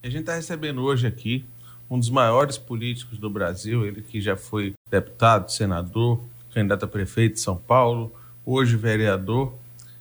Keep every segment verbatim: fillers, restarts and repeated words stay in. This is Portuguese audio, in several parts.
A gente está recebendo hoje aqui um dos maiores políticos do Brasil, ele que já foi deputado, senador, candidato a prefeito de São Paulo, hoje vereador.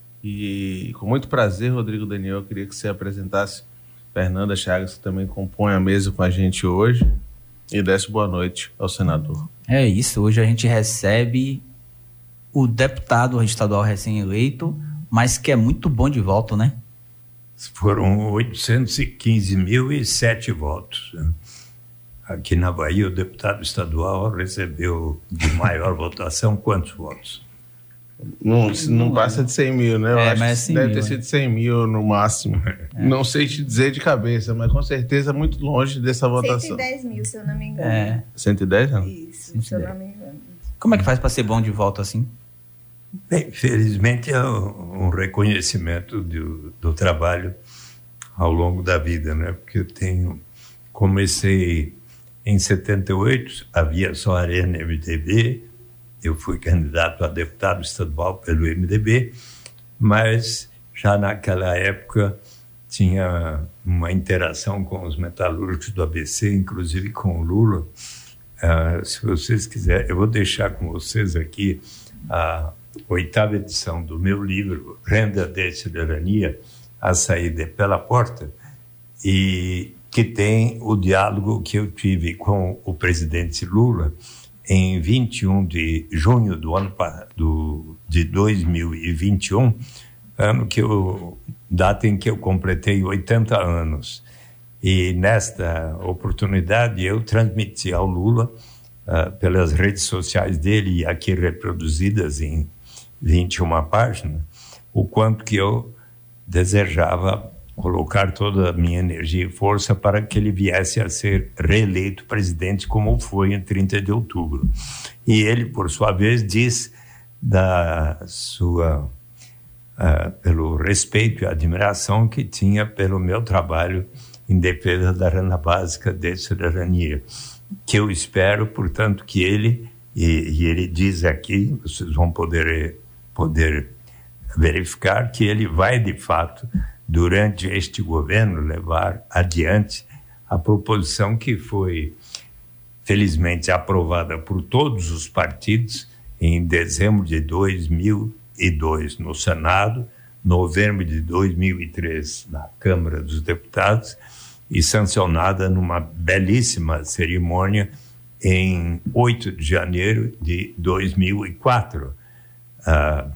E com muito prazer, Rodrigo Daniel, eu queria que você apresentasse Fernanda Chagas, que também compõe a mesa com a gente hoje, e desse boa noite ao senador. É isso, hoje a gente recebe o deputado estadual recém-eleito, mas que é muito bom de voto, né? Foram oitocentos e quinze mil e sete votos. Aqui na Bahia, o deputado estadual recebeu de maior votação quantos votos? Não, não passa de cem mil, né? Eu é, acho mas que é deve mil, ter né? sido cem mil no máximo. É. Não sei te dizer de cabeça, mas com certeza muito longe dessa votação. cento e dez mil, se eu não me engano. É. cento e dez, não? Isso, cento e dez. se eu não me engano. Como é que faz para ser bom de voto assim? Bem, felizmente é um reconhecimento do, do trabalho ao longo da vida, né? Porque eu tenho, comecei em setenta e oito, havia só a Arena M D B, eu fui candidato a deputado estadual pelo M D B, mas já naquela época tinha uma interação com os metalúrgicos do A B C, inclusive com o Lula. Uh, se vocês quiserem, eu vou deixar com vocês aqui a oitava edição do meu livro, Renda de Cidadania, a saída pela porta, e que tem o diálogo que eu tive com o presidente Lula em vinte e um de junho do ano do, de dois mil e vinte e um, ano que eu, data em que eu completei oitenta anos. E nesta oportunidade eu transmiti ao Lula, uh, pelas redes sociais dele, aqui reproduzidas em vinte e uma páginas, o quanto que eu desejava colocar toda a minha energia e força para que ele viesse a ser reeleito presidente, como foi em trinta de outubro. E ele, por sua vez, diz da sua, uh, pelo respeito e admiração que tinha pelo meu trabalho em defesa da renda básica de cidadania, que eu espero, portanto, que ele, e, e ele diz aqui, vocês vão poder, poder verificar, que ele vai, de fato, durante este governo, levar adiante a proposição que foi, felizmente, aprovada por todos os partidos em dezembro de dois mil e dois no Senado, novembro de dois mil e três na Câmara dos Deputados e sancionada numa belíssima cerimônia em oito de janeiro de dois mil e quatro. Uh,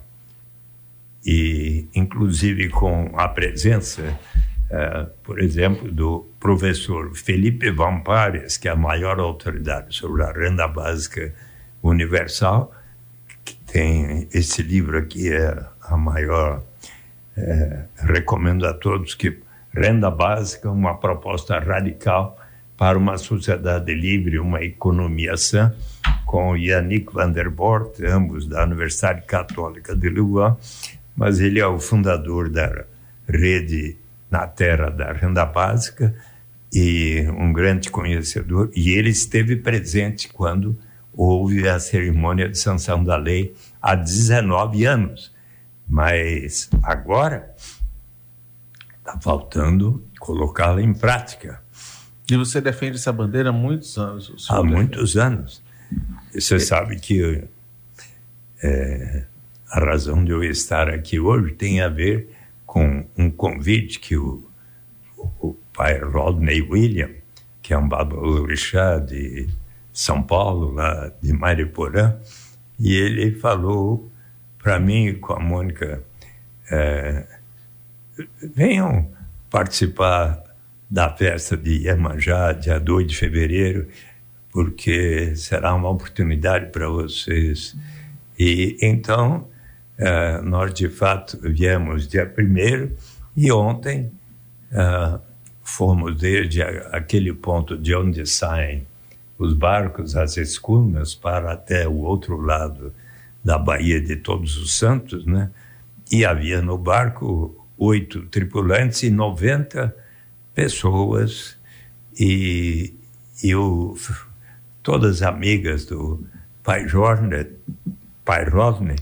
e inclusive com a presença, uh, por exemplo, do professor Felipe Vampares, que é a maior autoridade sobre a renda básica universal, que tem esse livro aqui, é a maior, é, recomendo a todos que Renda Básica, uma proposta radical para uma sociedade livre, uma economia sã, com Yannick van der Voort, ambos da Universidade Católica de Louvain, mas ele é o fundador da rede na terra da renda básica e um grande conhecedor, e ele esteve presente quando houve a cerimônia de sanção da lei há dezenove anos, mas agora está faltando colocá-la em prática. E você defende essa bandeira há muitos anos? Há defende. muitos anos. E você é. sabe que é, a razão de eu estar aqui hoje tem a ver com um convite que o, o, o pai Rodney William, que é um babalorixá de São Paulo, lá de Mariporã, e ele falou para mim e com a Mônica, é, venham participar da festa de Iemanjá, dia dois de fevereiro, porque será uma oportunidade para vocês. E então, uh, nós de fato viemos dia primeiro e ontem uh, fomos desde a, aquele ponto de onde saem os barcos, as escumas, para até o outro lado da Baía de Todos os Santos, né? E havia no barco oito tripulantes e noventa pessoas, e, e o, todas amigas do pai Jorne, pai Rodney,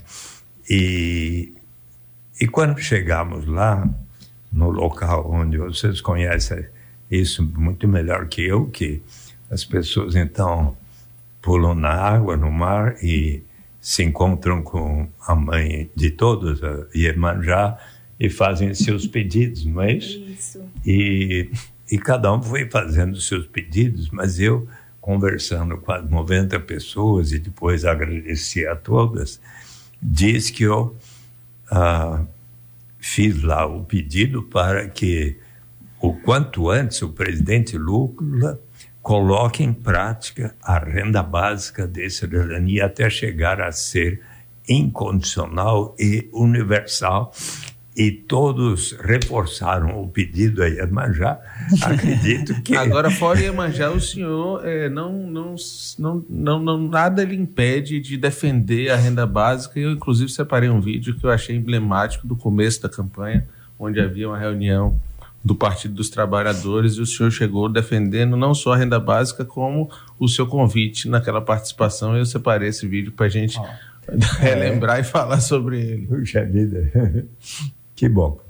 e, e quando chegamos lá, no local onde vocês conhecem isso muito melhor que eu, que as pessoas então pulam na água, no mar e se encontram com a mãe de todos, a Iemanjá, e fazem seus pedidos, não é isso? Isso. E, e cada um foi fazendo seus pedidos, mas eu, conversando com as noventa pessoas e depois agradeci a todas, diz que eu ah, fiz lá o pedido para que o quanto antes o presidente Lula coloque em prática a renda básica de cidadania até chegar a ser incondicional e universal. E todos reforçaram o pedido a Iemanjá. Acredito que... Agora, fora Iemanjá, o senhor é, não, não, não, não, não, nada lhe impede de defender a renda básica. Eu, inclusive, separei um vídeo que eu achei emblemático do começo da campanha, onde havia uma reunião do Partido dos Trabalhadores e o senhor chegou defendendo não só a renda básica, como o seu convite naquela participação. Eu separei esse vídeo para a gente oh. relembrar é. e falar sobre ele. Puxa vida... Que bom.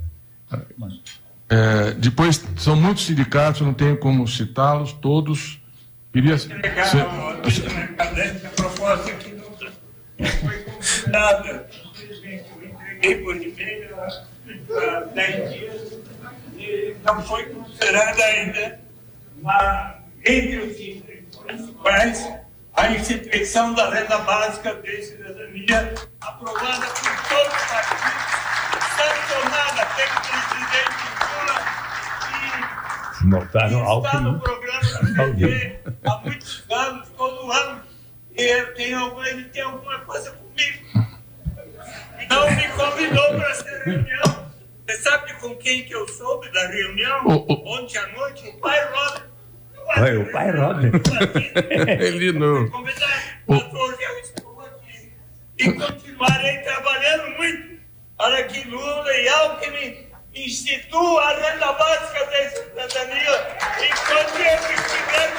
É, depois, são muitos sindicatos, não tenho como citá-los, todos. Queria... Se... A proposta que não foi considerada. Eu entreguei por e-mail há dez dias e não foi considerada ainda. Mas, entre os principais, a instituição da renda básica de cidadania, aprovada por todos os partidos, sancionada pelo presidente Lula e Notaram está no programa do P T há muitos anos, todo ano. E ele tem alguma, ele tem alguma coisa comigo. Não me convidou para essa reunião. Você sabe com quem que eu soube da reunião? Oh, oh. Ontem à noite, o pai Roder. Oi, o pai Roder. Ele não. Mas hoje eu estou aqui e continuarei trabalhando muito para que Lula e Alckmin instituam a renda básica da cidadania enquanto eu estiver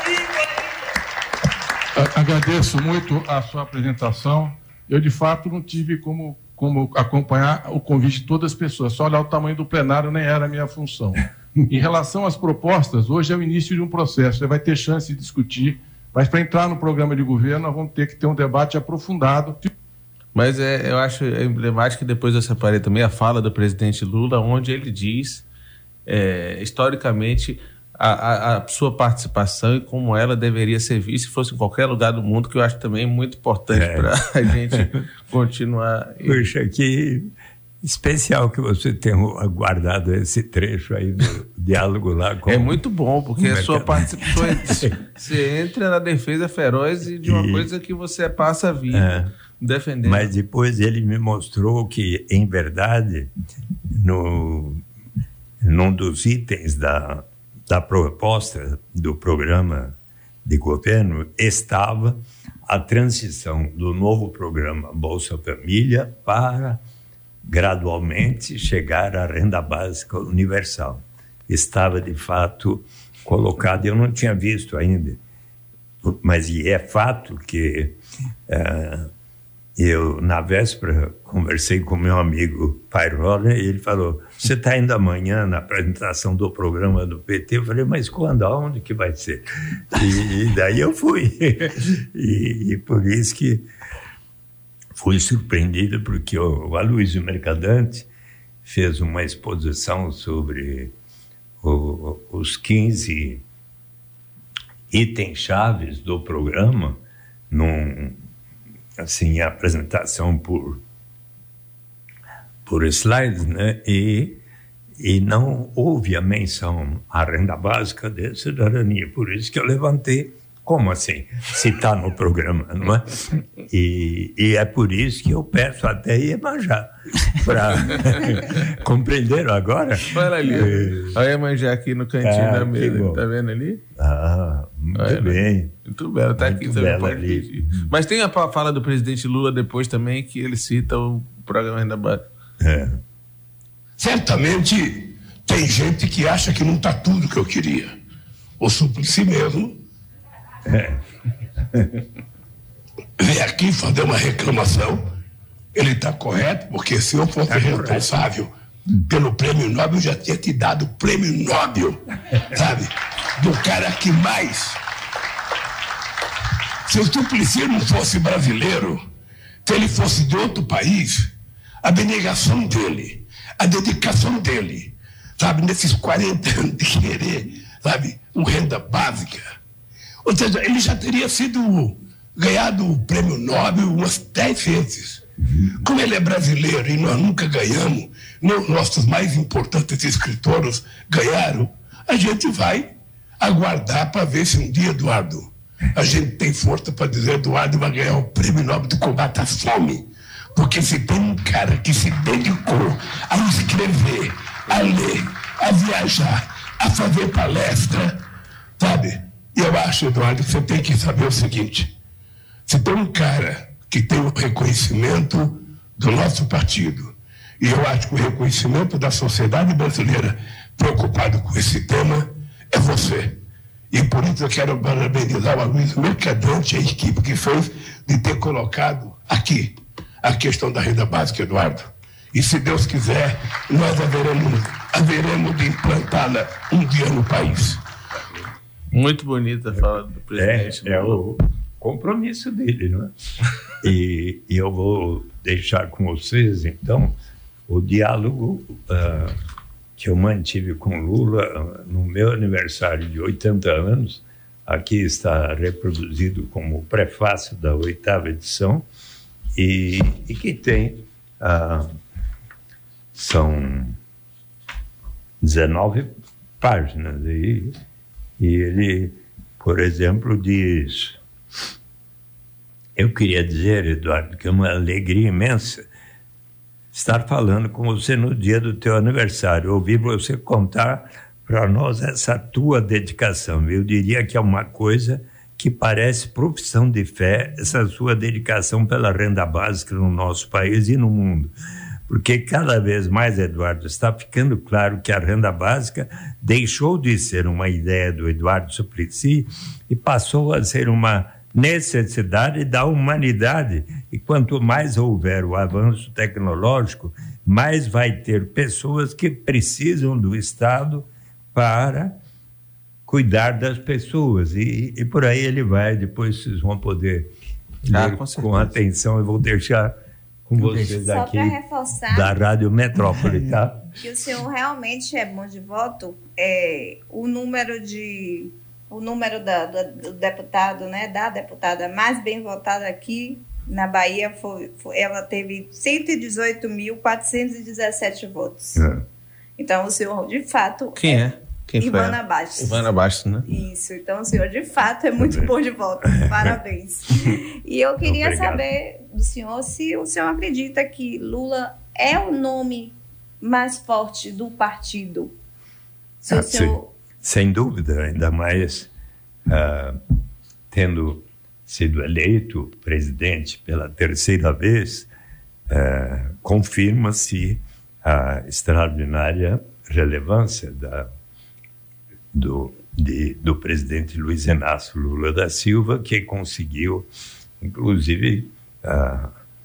vivo ainda. Agradeço muito a sua apresentação. Eu, de fato, não tive como, como acompanhar o convite de todas as pessoas. Só olhar o tamanho do plenário nem era a minha função. Em relação às propostas, hoje é o início de um processo. Você vai ter chance de discutir, mas para entrar no programa de governo, nós vamos ter que ter um debate aprofundado. Mas é, eu acho emblemático que depois eu separei também a fala do presidente Lula, onde ele diz, é, historicamente, a, a, a sua participação e como ela deveria ser vista se fosse em qualquer lugar do mundo, que eu acho também muito importante é. para a gente continuar. Puxa, que especial que você tenha guardado esse trecho aí do diálogo lá com... É muito bom, porque a sua participação, você entra na defesa feroz de uma e... coisa que você passa a vida. É. Defendendo. Mas depois ele me mostrou que, em verdade, no, num dos itens da, da proposta do programa de governo estava a transição do novo programa Bolsa Família para, gradualmente, chegar à renda básica universal. Estava, de fato, colocado, eu não tinha visto ainda, mas é fato que... Uh, Eu, na véspera, conversei com meu amigo Pai Roller e ele falou, você está indo amanhã na apresentação do programa do P T? Eu falei, mas quando, aonde que vai ser? E, e daí eu fui. E, e por isso que fui surpreendido, porque o, o Aloysio Mercadante fez uma exposição sobre o, os quinze itens chaves do programa, num... assim, a apresentação por, por slides, né? E, e não houve a menção à renda básica de cidadania. Por isso que eu levantei, como assim? Se está no programa, não é? E, e é por isso que eu peço até Iemanjá, para compreenderam agora? Olha ali, é... olha a Iemanjá aqui no cantinho ah, da mesa, está vendo ali? Ah, muito olha, bem. Muito belo, está aqui também. Pode pedir. Mas tem a fala do presidente Lula depois também, que ele cita o programa Renda Básica. É. Certamente tem gente que acha que não está tudo que eu queria. O Suplicy mesmo É. vem aqui fazer uma reclamação, ele está correto, porque se eu fosse tá responsável correto. pelo prêmio Nobel, eu já tinha te dado o prêmio Nobel, sabe? do cara que mais... Se o Suplicy não fosse brasileiro, se ele fosse de outro país, a abnegação dele, a dedicação dele, sabe, nesses quarenta anos de querer, sabe, uma renda básica. Ou seja, ele já teria sido ganhado o prêmio Nobel umas dez vezes. Como ele é brasileiro e nós nunca ganhamos, nem os nossos mais importantes escritores ganharam, a gente vai aguardar para ver se um dia, Eduardo, a gente tem força para dizer Eduardo vai ganhar o prêmio Nobel do combate à fome. Porque se tem um cara que se dedicou a escrever, a ler, a viajar, a fazer palestra, sabe? E eu acho, Eduardo, que você tem que saber o seguinte: se tem um cara que tem o reconhecimento do nosso partido, e eu acho que o reconhecimento da sociedade brasileira preocupado com esse tema é você. E por isso eu quero parabenizar o Aloysio Mercadante e a equipe que fez de ter colocado aqui a questão da renda básica, Eduardo. E se Deus quiser, nós haveremos, haveremos de implantá-la um dia no país. Muito bonita a fala do presidente. É, é o compromisso dele, não é? E, e eu vou deixar com vocês, então, o diálogo uh, que eu mantive com Lula no meu aniversário de oitenta anos. Aqui está reproduzido como prefácio da oitava edição, e, e que tem, ah, são dezenove páginas, e, e ele, por exemplo, diz: eu queria dizer, Eduardo, que é uma alegria imensa estar falando com você no dia do teu aniversário, ouvir você contar para nós essa tua dedicação. Eu diria que é uma coisa que parece profissão de fé, essa sua dedicação pela renda básica no nosso país e no mundo. Porque cada vez mais, Eduardo, está ficando claro que a renda básica deixou de ser uma ideia do Eduardo Suplicy e passou a ser uma necessidade da humanidade. E quanto mais houver o avanço tecnológico, mais vai ter pessoas que precisam do Estado para cuidar das pessoas. E, e por aí ele vai. Depois vocês vão poder ah, ler com, com atenção. Eu vou deixar com vocês Só aqui reforçar da Rádio Metrópole, tá? Que o senhor realmente é bom de voto. É, o número de o número da, da, do deputado, né, da deputada mais bem votada aqui na Bahia, foi, foi, ela teve cento e dezoito mil quatrocentos e dezessete votos. É. Então, o senhor, de fato... Quem é? é? Quem Ivana foi? Bastos. Ivana Bastos, né? Isso. Então, o senhor, de fato, é muito bom de voto. Parabéns. E eu queria Obrigado. saber do senhor se o senhor acredita que Lula é o nome mais forte do partido. Se ah, o senhor... Sem dúvida, ainda mais uh, tendo sido eleito presidente pela terceira vez, uh, confirma-se a extraordinária relevância da, do, de, do presidente Luiz Inácio Lula da Silva, que conseguiu, inclusive, uh,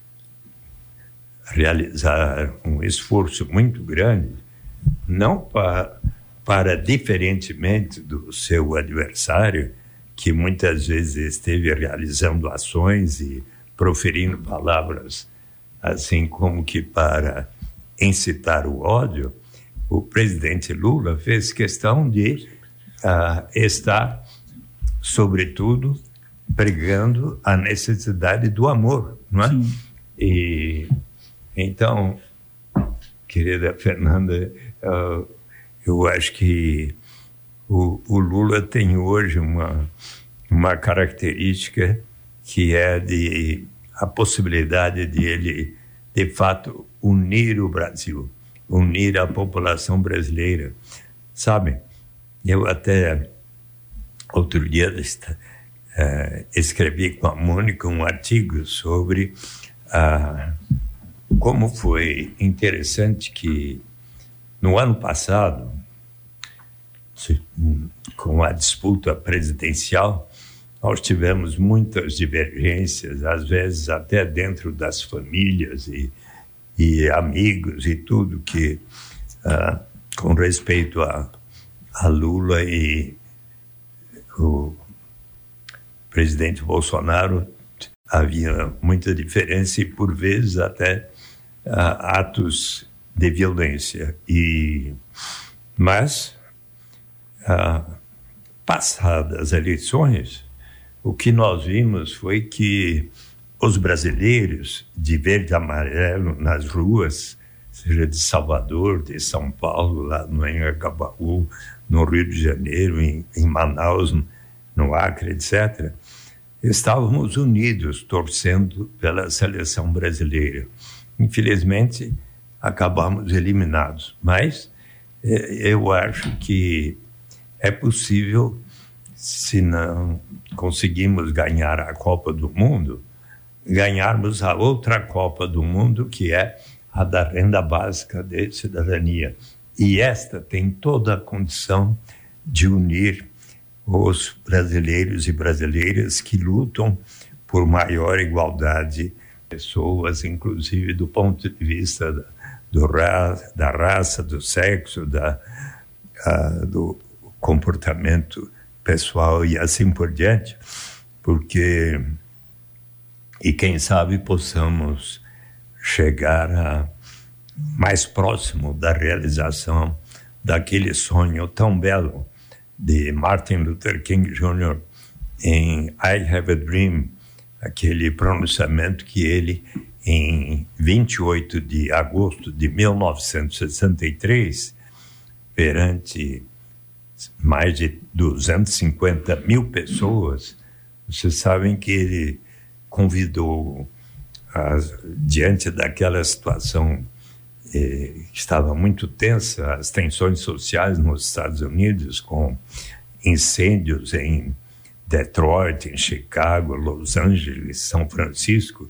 realizar um esforço muito grande, não para... para, diferentemente do seu adversário, que muitas vezes esteve realizando ações e proferindo palavras assim como que para incitar o ódio, o presidente Lula fez questão de uh, estar, sobretudo, pregando a necessidade do amor, não é? Sim. E, então, querida Fernanda, uh, eu acho que o, o Lula tem hoje uma, uma característica que é de, a possibilidade de ele, de fato, unir o Brasil, unir a população brasileira. Sabe, eu até outro dia uh, escrevi com a Mônica um artigo sobre uh, como foi interessante que no ano passado, com a disputa presidencial, nós tivemos muitas divergências, às vezes até dentro das famílias e, e amigos e tudo, que, uh, com respeito a, a Lula e, presidente Bolsonaro havia muita diferença e, por vezes, até uh, atos de violência. E, mas, uh, passadas as eleições, o que nós vimos foi que os brasileiros, de verde e amarelo nas ruas, seja de Salvador, de São Paulo, lá no Anhangabaú, no Rio de Janeiro, em, em Manaus, no Acre, etcétera, estávamos unidos, torcendo pela seleção brasileira. Infelizmente, acabamos eliminados. Mas eh, eu acho que é possível, se não conseguimos ganhar a Copa do Mundo, ganharmos a outra Copa do Mundo, que é a da renda básica de cidadania. E esta tem toda a condição de unir os brasileiros e brasileiras que lutam por maior igualdade de pessoas, inclusive do ponto de vista da, do ra, da raça, do sexo, da, uh, do comportamento pessoal e assim por diante, porque, e quem sabe possamos chegar a, mais próximo da realização daquele sonho tão belo de Martin Luther King Júnior em I Have a Dream, aquele pronunciamento que ele, em vinte e oito de agosto de mil novecentos e sessenta e três, perante mais de duzentas e cinquenta mil pessoas, vocês sabem que ele convidou, as, diante daquela situação eh, que estava muito tensa, as tensões sociais nos Estados Unidos, com incêndios em Detroit, em Chicago, Los Angeles, São Francisco,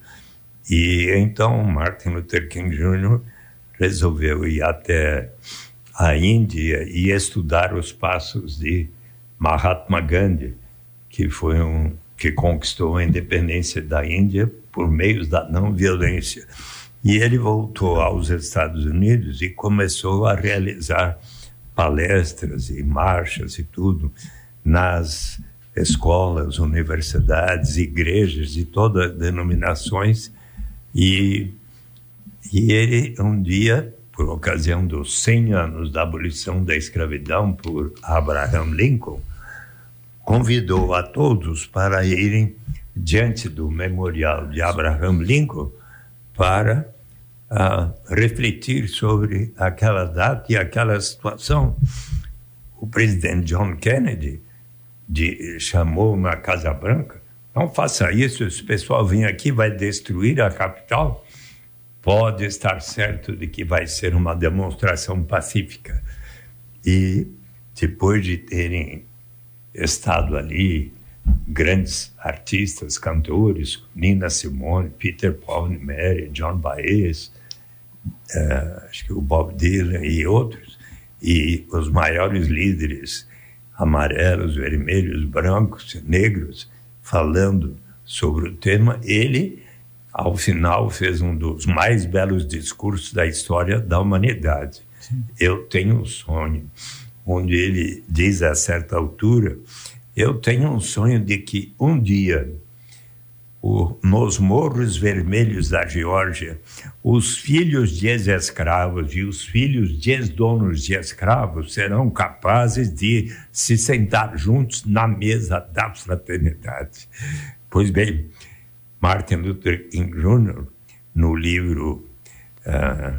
e então Martin Luther King Júnior resolveu ir até a Índia e estudar os passos de Mahatma Gandhi, que foi um que conquistou a independência da Índia por meios da não violência. E ele voltou aos Estados Unidos e começou a realizar palestras e marchas e tudo nas escolas, universidades, igrejas de todas as denominações. E, e ele, um dia, por ocasião dos cem anos da abolição da escravidão por Abraham Lincoln, convidou a todos para irem diante do memorial de Abraham Lincoln para uh, refletir sobre aquela data e aquela situação. O presidente John Kennedy de, chamou na Casa Branca: não faça isso, esse pessoal vem aqui, vai destruir a capital. Pode estar certo de que vai ser uma demonstração pacífica. E depois de terem estado ali grandes artistas, cantores, Nina Simone, Peter Paul e Mary, John Baez, uh, acho que o Bob Dylan e outros, e os maiores líderes amarelos, vermelhos, brancos, negros, falando sobre o tema, ele, ao final, fez um dos mais belos discursos da história da humanidade. Sim. Eu tenho um sonho, onde ele diz a certa altura: eu tenho um sonho de que um dia, o, nos morros vermelhos da Geórgia, os filhos de ex-escravos e os filhos de ex-donos de escravos serão capazes de se sentar juntos na mesa da fraternidade. Pois bem, Martin Luther King Júnior, no livro uh,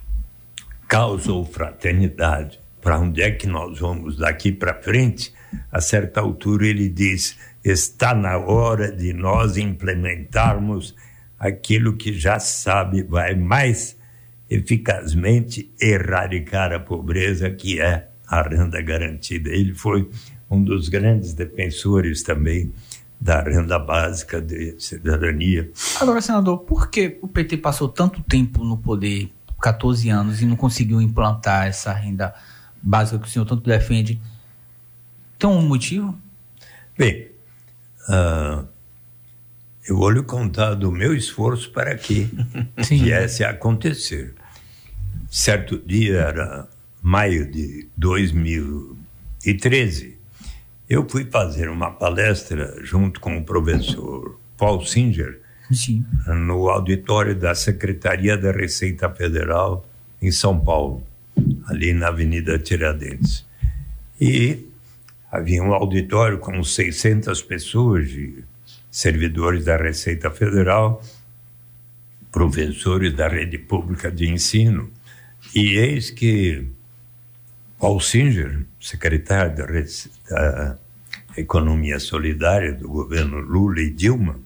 Caos ou Fraternidade, para onde é que nós vamos daqui para frente, a certa altura ele diz: está na hora de nós implementarmos aquilo que já sabe vai mais eficazmente erradicar a pobreza, que é a renda garantida. Ele foi um dos grandes defensores também da renda básica de cidadania. Agora, senador, por que o P T passou tanto tempo no poder, catorze anos, e não conseguiu implantar essa renda básica que o senhor tanto defende? Tem um motivo? Bem, uh, eu vou lhe contar do meu esforço para que viesse a acontecer. Certo dia, era maio de dois mil e treze, eu fui fazer uma palestra junto com o professor Paul Singer, Sim. no auditório da Secretaria da Receita Federal em São Paulo, ali na Avenida Tiradentes. E havia um auditório com seiscentas pessoas, de servidores da Receita Federal, professores da rede pública de ensino. E eis que Paul Singer, secretário da, da Economia Solidária do governo Lula e Dilma,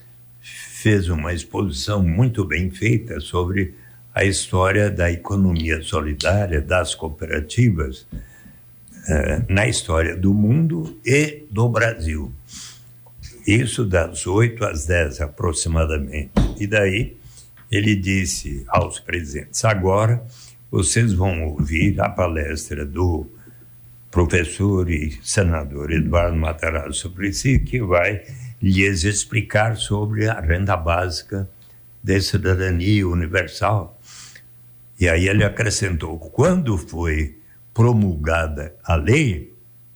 fez uma exposição muito bem feita sobre a história da economia solidária, das cooperativas, eh, na história do mundo e do Brasil. Isso das oito às dez aproximadamente. E daí ele disse aos presentes: agora vocês vão ouvir a palestra do professor e senador Eduardo Matarazzo Suplicy, que vai lhes explicar sobre a renda básica de cidadania universal. E aí ele acrescentou: quando foi promulgada a lei,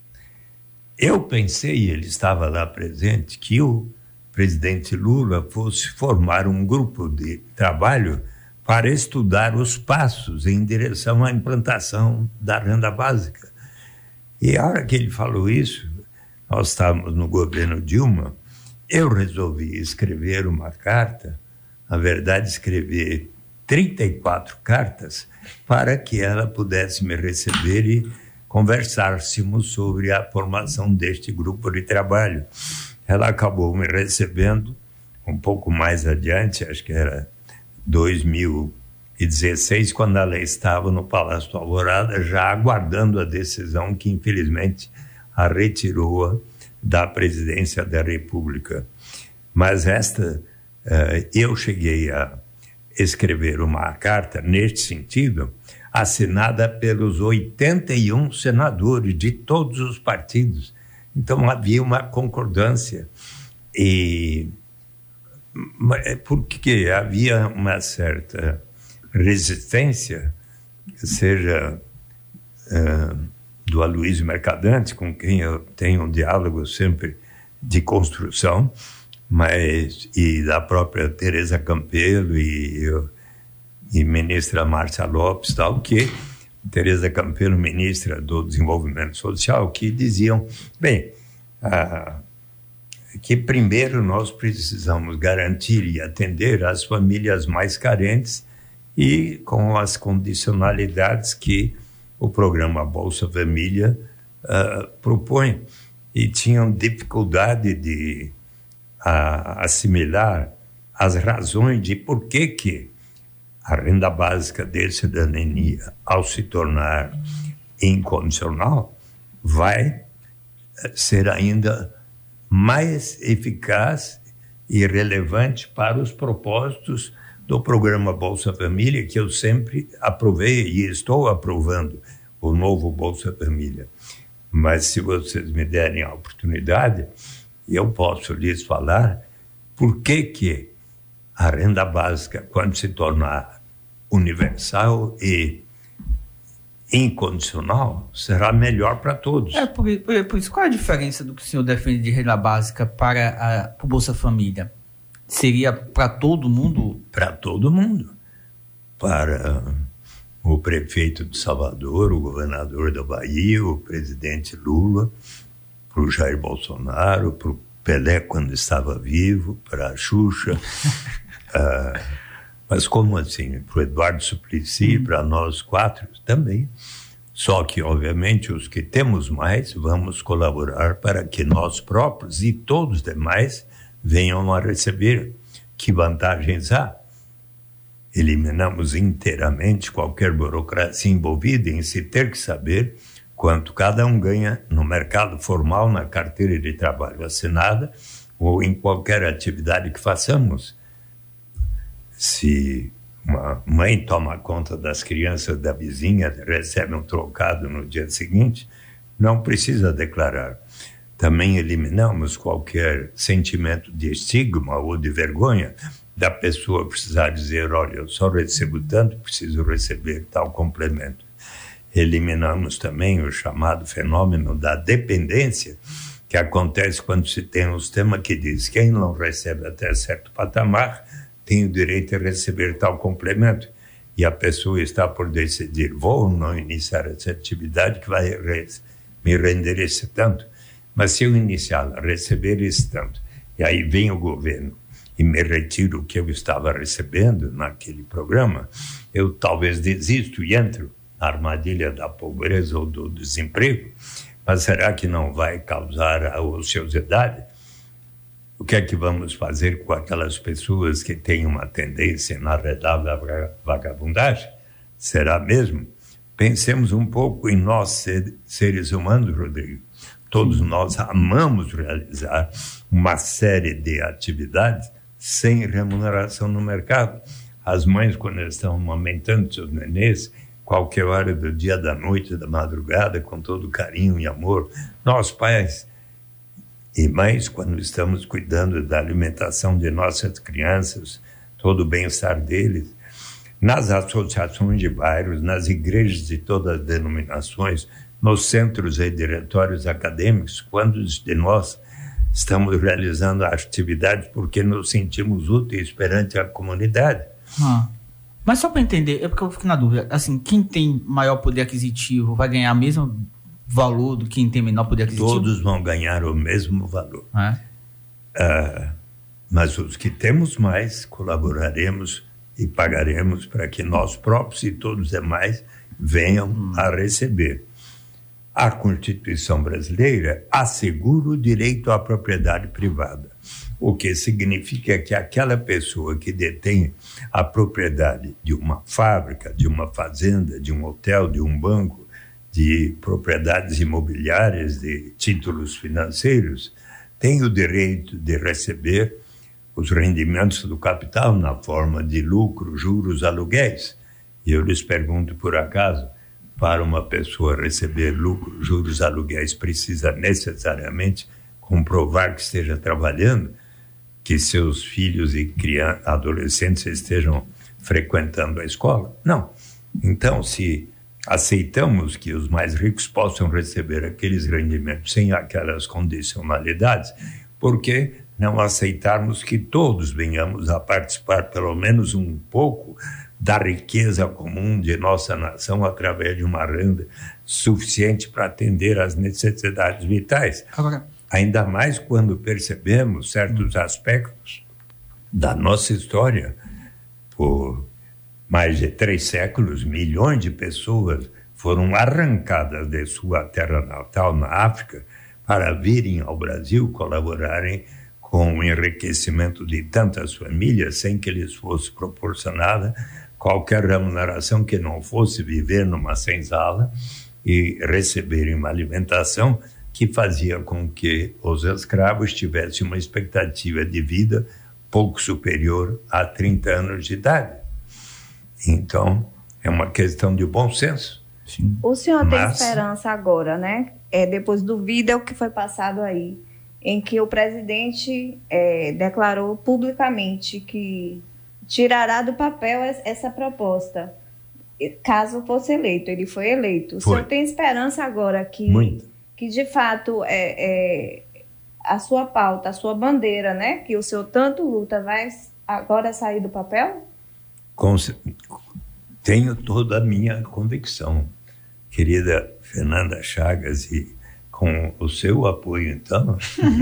eu pensei, ele estava lá presente, que o presidente Lula fosse formar um grupo de trabalho para estudar os passos em direção à implantação da renda básica. E a hora que ele falou isso, nós estávamos no governo Dilma, eu resolvi escrever uma carta, na verdade escrever trinta e quatro cartas, para que ela pudesse me receber e conversássemos sobre a formação deste grupo de trabalho. Ela acabou me recebendo um pouco mais adiante, acho que era dois mil e dezesseis, quando ela estava no Palácio do Alvorada, já aguardando a decisão que, infelizmente, a retirou da presidência da República. Mas esta, uh, eu cheguei a escrever uma carta neste sentido, assinada pelos oitenta e um senadores de todos os partidos. Então havia uma concordância, e porque havia uma certa resistência, seja uh, do Aloysio Mercadante, com quem eu tenho um diálogo sempre de construção, mas e da própria Tereza Campelo e, eu, e ministra Márcia Lopes, tal, que Tereza Campelo, ministra do Desenvolvimento Social, que diziam, bem, ah, que primeiro nós precisamos garantir e atender as famílias mais carentes e com as condicionalidades que o programa Bolsa Família ah, propõe. E tinham dificuldade de ah, assimilar as razões de por que que a renda básica de cidadania, ao se tornar incondicional, vai ser ainda mais eficaz e relevante para os propósitos do programa Bolsa Família, que eu sempre aprovei e estou aprovando o novo Bolsa Família. Mas se vocês me derem a oportunidade, eu posso lhes falar por que que a renda básica, quando se tornar universal e incondicional, será melhor para todos. É, por, por, por isso, qual é a diferença do que o senhor defende de renda básica para a para o Bolsa Família? Seria para todo mundo? Para todo mundo. Para o prefeito de Salvador, o governador da Bahia, o presidente Lula, para o Jair Bolsonaro, para o Pelé quando estava vivo, para a Xuxa. ah, mas como assim? Para o Eduardo Suplicy, para nós quatro também. Só que, obviamente, os que temos mais, vamos colaborar para que nós próprios e todos os demais venham a receber. Que vantagens há? Eliminamos inteiramente qualquer burocracia envolvida em se ter que saber quanto cada um ganha no mercado formal, na carteira de trabalho assinada ou em qualquer atividade que façamos. Se uma mãe toma conta das crianças da vizinha, recebe um trocado no dia seguinte, não precisa declarar. Também eliminamos qualquer sentimento de estigma ou de vergonha da pessoa precisar dizer, olha, eu só recebo tanto, preciso receber tal complemento. Eliminamos também o chamado fenômeno da dependência, que acontece quando se tem um sistema que diz que quem não recebe até certo patamar tem o direito a receber tal complemento. E a pessoa está por decidir, vou ou não iniciar essa atividade que vai me render esse tanto. Mas se eu iniciá-la, receber esse tanto, e aí vem o governo e me retira o que eu estava recebendo naquele programa, eu talvez desisto e entro na armadilha da pobreza ou do desemprego. Mas será que não vai causar a ociosidade? O que é que vamos fazer com aquelas pessoas que têm uma tendência inarredável à vagabundagem? Será mesmo? Pensemos um pouco em nós, seres humanos, Rodrigo. Todos nós amamos realizar uma série de atividades sem remuneração no mercado. As mães, quando estão amamentando seus nenês, qualquer hora do dia, da noite, da madrugada, com todo carinho e amor. Nós, pais e mães, quando estamos cuidando da alimentação de nossas crianças, todo o bem-estar deles, nas associações de bairros, nas igrejas de todas as denominações, nos centros e diretórios acadêmicos, quantos de nós estamos realizando atividades porque nos sentimos úteis perante a comunidade? Ah. Mas só para entender, é porque eu fico na dúvida, assim, quem tem maior poder aquisitivo vai ganhar o mesmo valor do que quem tem menor poder aquisitivo? Todos vão ganhar o mesmo valor. É? Uh, mas os que temos mais, colaboraremos e pagaremos para que nós próprios e todos os demais venham hum. a receber. A Constituição brasileira assegura o direito à propriedade privada, o que significa que aquela pessoa que detém a propriedade de uma fábrica, de uma fazenda, de um hotel, de um banco, de propriedades imobiliárias, de títulos financeiros, tem o direito de receber os rendimentos do capital na forma de lucro, juros, aluguéis. E eu lhes pergunto, por acaso, para uma pessoa receber lucro, juros, aluguéis, precisa necessariamente comprovar que esteja trabalhando, que seus filhos e crianças, adolescentes estejam frequentando a escola? Não. Então, se aceitamos que os mais ricos possam receber aqueles rendimentos sem aquelas condicionalidades, por que não aceitarmos que todos venhamos a participar pelo menos um pouco da riqueza comum de nossa nação através de uma renda suficiente para atender às necessidades vitais? Agora, ainda mais quando percebemos certos aspectos da nossa história. Por mais de três séculos, milhões de pessoas foram arrancadas de sua terra natal na África para virem ao Brasil colaborarem com o enriquecimento de tantas famílias sem que lhes fosse proporcionada qualquer remuneração que não fosse viver numa senzala e receberem uma alimentação que fazia com que os escravos tivessem uma expectativa de vida pouco superior a trinta anos de idade. Então, é uma questão de bom senso. Sim. O senhor Mas... tem esperança agora, né? É, depois do vídeo que foi passado aí, em que o presidente é, declarou publicamente que tirará do papel essa proposta, caso fosse eleito. Ele foi eleito. O foi. senhor tem esperança agora que, que de fato, é, é, a sua pauta, a sua bandeira, né, que o senhor tanto luta, vai agora sair do papel? Com, tenho toda a minha convicção, querida Fernanda Chagas, e com o seu apoio, então,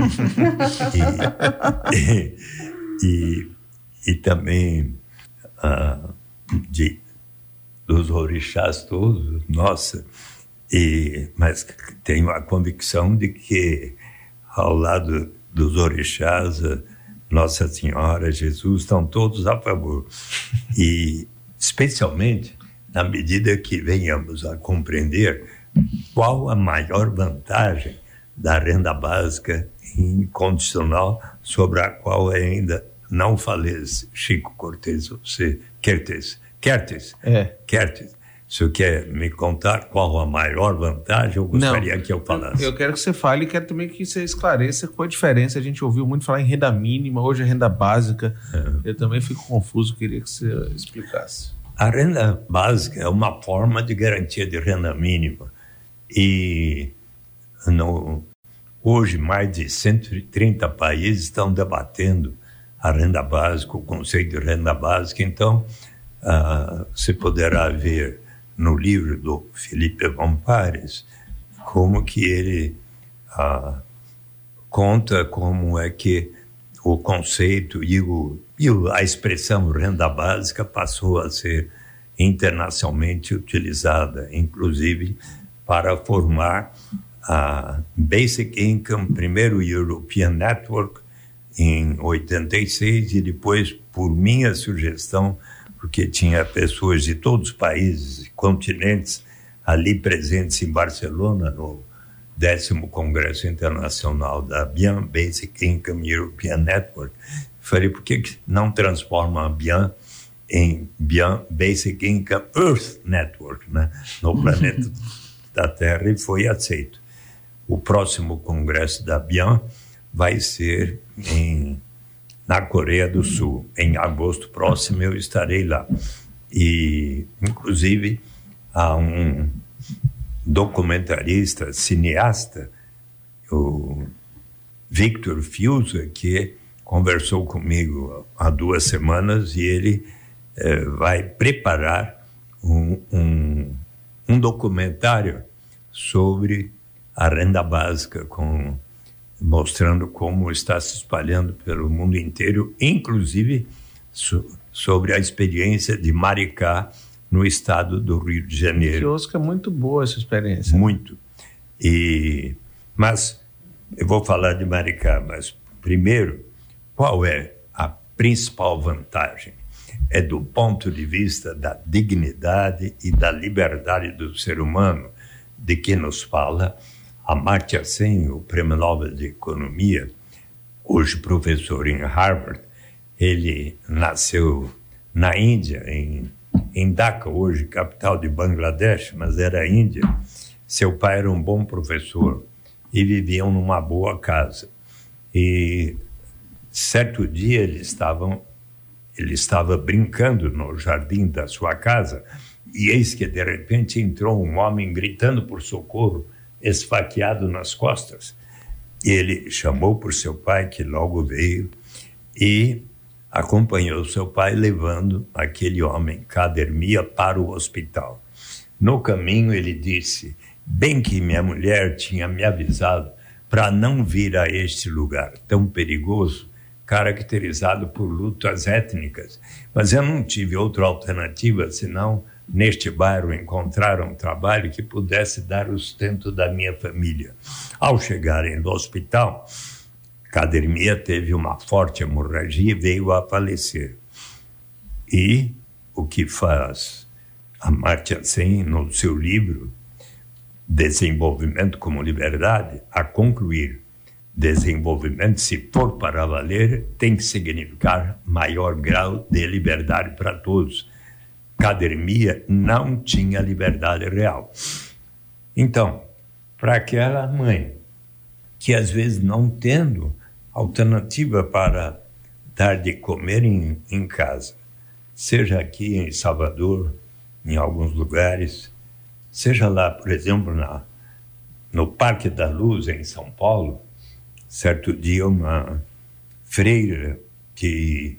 e, e, e, e também uh, de, dos orixás todos, nossa, e, mas tenho a convicção de que ao lado dos orixás, Nossa Senhora, Jesus, estão todos a favor. E especialmente na medida que venhamos a compreender qual a maior vantagem da renda básica incondicional sobre a qual ainda não falece Chico Cortez, você, Kertes, Kertes, é. Kertes. Se você quer me contar qual a maior vantagem, eu gostaria não, que eu falasse. Eu quero que você fale e quero também que você esclareça qual a diferença. A gente ouviu muito falar em renda mínima, hoje é renda básica. É. Eu também fico confuso, queria que você explicasse. A renda básica é uma forma de garantia de renda mínima. E no, hoje mais de cento e trinta países estão debatendo a renda básica, o conceito de renda básica. Então, uh, você poderá ver no livro do Felipe von Pares como que ele uh, conta como é que o conceito e, o, e a expressão renda básica passou a ser internacionalmente utilizada, inclusive para formar a Basic Income, primeiro o European Network, em oitenta e seis, e depois, por minha sugestão, porque tinha pessoas de todos os países e continentes ali presentes em Barcelona, no décimo Congresso Internacional da BIAN, Basic Income European Network. Falei, por que não transforma a BIAN em BIAN Basic Income Earth Network, né? No planeta da Terra, e foi aceito. O próximo Congresso da BIAN vai ser em, na Coreia do Sul. Em agosto próximo eu estarei lá. E, inclusive, há um documentarista, cineasta, o Victor Fiuza, que conversou comigo há duas semanas, e ele eh, vai preparar um, um, um documentário sobre a renda básica, com, mostrando como está se espalhando pelo mundo inteiro, inclusive so, sobre a experiência de Maricá, no estado do Rio de Janeiro. Que Oscar, é muito boa essa experiência. Muito. E, mas, eu vou falar de Maricá, mas primeiro, qual é a principal vantagem? É do ponto de vista da dignidade e da liberdade do ser humano, de que nos fala Amartya Sen, o Prêmio Nobel de Economia, hoje professor em Harvard. Ele nasceu na Índia, em em Dhaka, hoje capital de Bangladesh, mas era a Índia. Seu pai era um bom professor e viviam numa boa casa. E certo dia eles estavam, ele estava brincando no jardim da sua casa, e eis que de repente entrou um homem gritando por socorro, esfaqueado nas costas. E ele chamou por seu pai, que logo veio, e acompanhou seu pai levando aquele homem, Kader Mia, para o hospital. No caminho ele disse, bem que minha mulher tinha me avisado para não vir a este lugar tão perigoso, caracterizado por lutas étnicas, mas eu não tive outra alternativa senão neste bairro encontrar um trabalho que pudesse dar o sustento da minha família. Ao chegarem no hospital, Kader Mia teve uma forte hemorragia e veio a falecer. E o que faz Amartya Sen no seu livro Desenvolvimento como Liberdade, a concluir, desenvolvimento, se for para valer, tem que significar maior grau de liberdade para todos. Kader Mia não tinha liberdade real. Então, para aquela mãe que às vezes não tendo alternativa para dar de comer em, em casa, seja aqui em Salvador, em alguns lugares, seja lá, por exemplo, na, no Parque da Luz, em São Paulo. Certo dia, uma freira que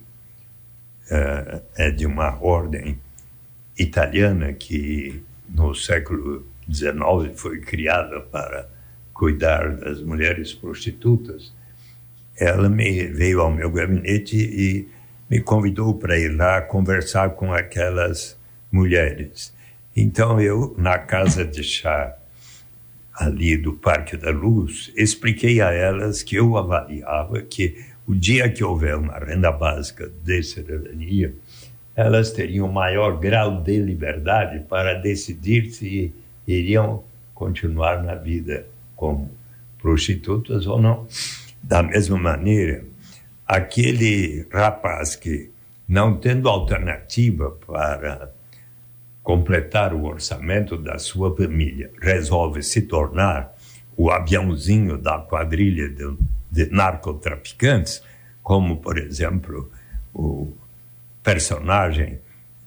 uh, é de uma ordem italiana que no século dezenove foi criada para cuidar das mulheres prostitutas, ela me veio ao meu gabinete e me convidou para ir lá conversar com aquelas mulheres. Então eu, na casa de chá ali do Parque da Luz, expliquei a elas que eu avaliava que o dia que houver uma renda básica de cidadania, elas teriam maior grau de liberdade para decidir se iriam continuar na vida como prostitutas ou não. Da mesma maneira, aquele rapaz que, não tendo alternativa para completar o orçamento da sua família, resolve se tornar o aviãozinho da quadrilha de, de narcotraficantes, como, por exemplo, o personagem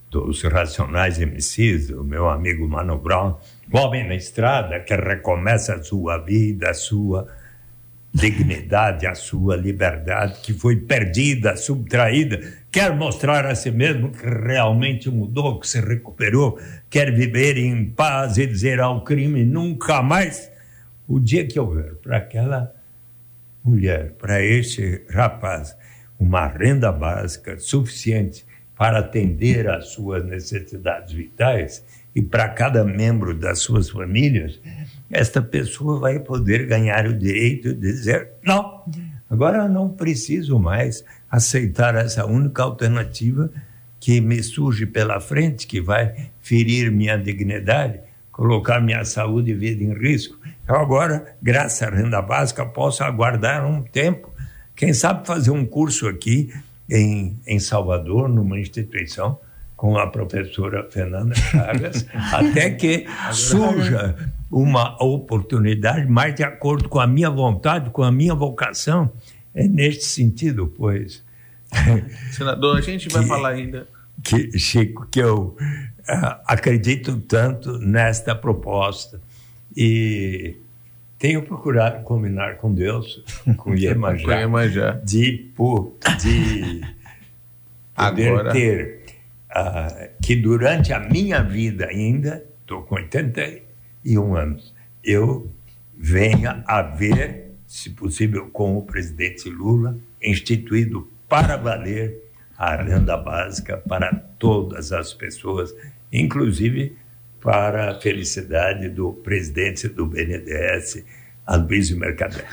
dos Racionais M Cs, o meu amigo Mano Brown, o homem na estrada que recomeça a sua vida, a sua dignidade, a sua liberdade, que foi perdida, subtraída, quer mostrar a si mesmo que realmente mudou, que se recuperou, quer viver em paz e dizer ao crime nunca mais. O dia que houver para aquela mulher, para este rapaz, uma renda básica suficiente para atender às suas necessidades vitais e para cada membro das suas famílias, esta pessoa vai poder ganhar o direito de dizer, não, agora eu não preciso mais aceitar essa única alternativa que me surge pela frente, que vai ferir minha dignidade, colocar minha saúde e vida em risco. Eu agora, graças à renda básica, posso aguardar um tempo, quem sabe fazer um curso aqui em, em Salvador, numa instituição, com a professora Fernanda Chagas, até que surja uma oportunidade mais de acordo com a minha vontade, com a minha vocação. É neste sentido, pois. Senador, a gente vai que, falar ainda. Que, Chico, que eu uh, acredito tanto nesta proposta e tenho procurado combinar com Deus, com Iemanjá, de, por, de poder Agora... ter uh, que durante a minha vida ainda, estou com oitenta e um anos, eu venha a ver, se possível com o presidente Lula, instituído para valer a renda básica para todas as pessoas, inclusive para a felicidade do presidente do B N D E S, Aloysio Mercadante.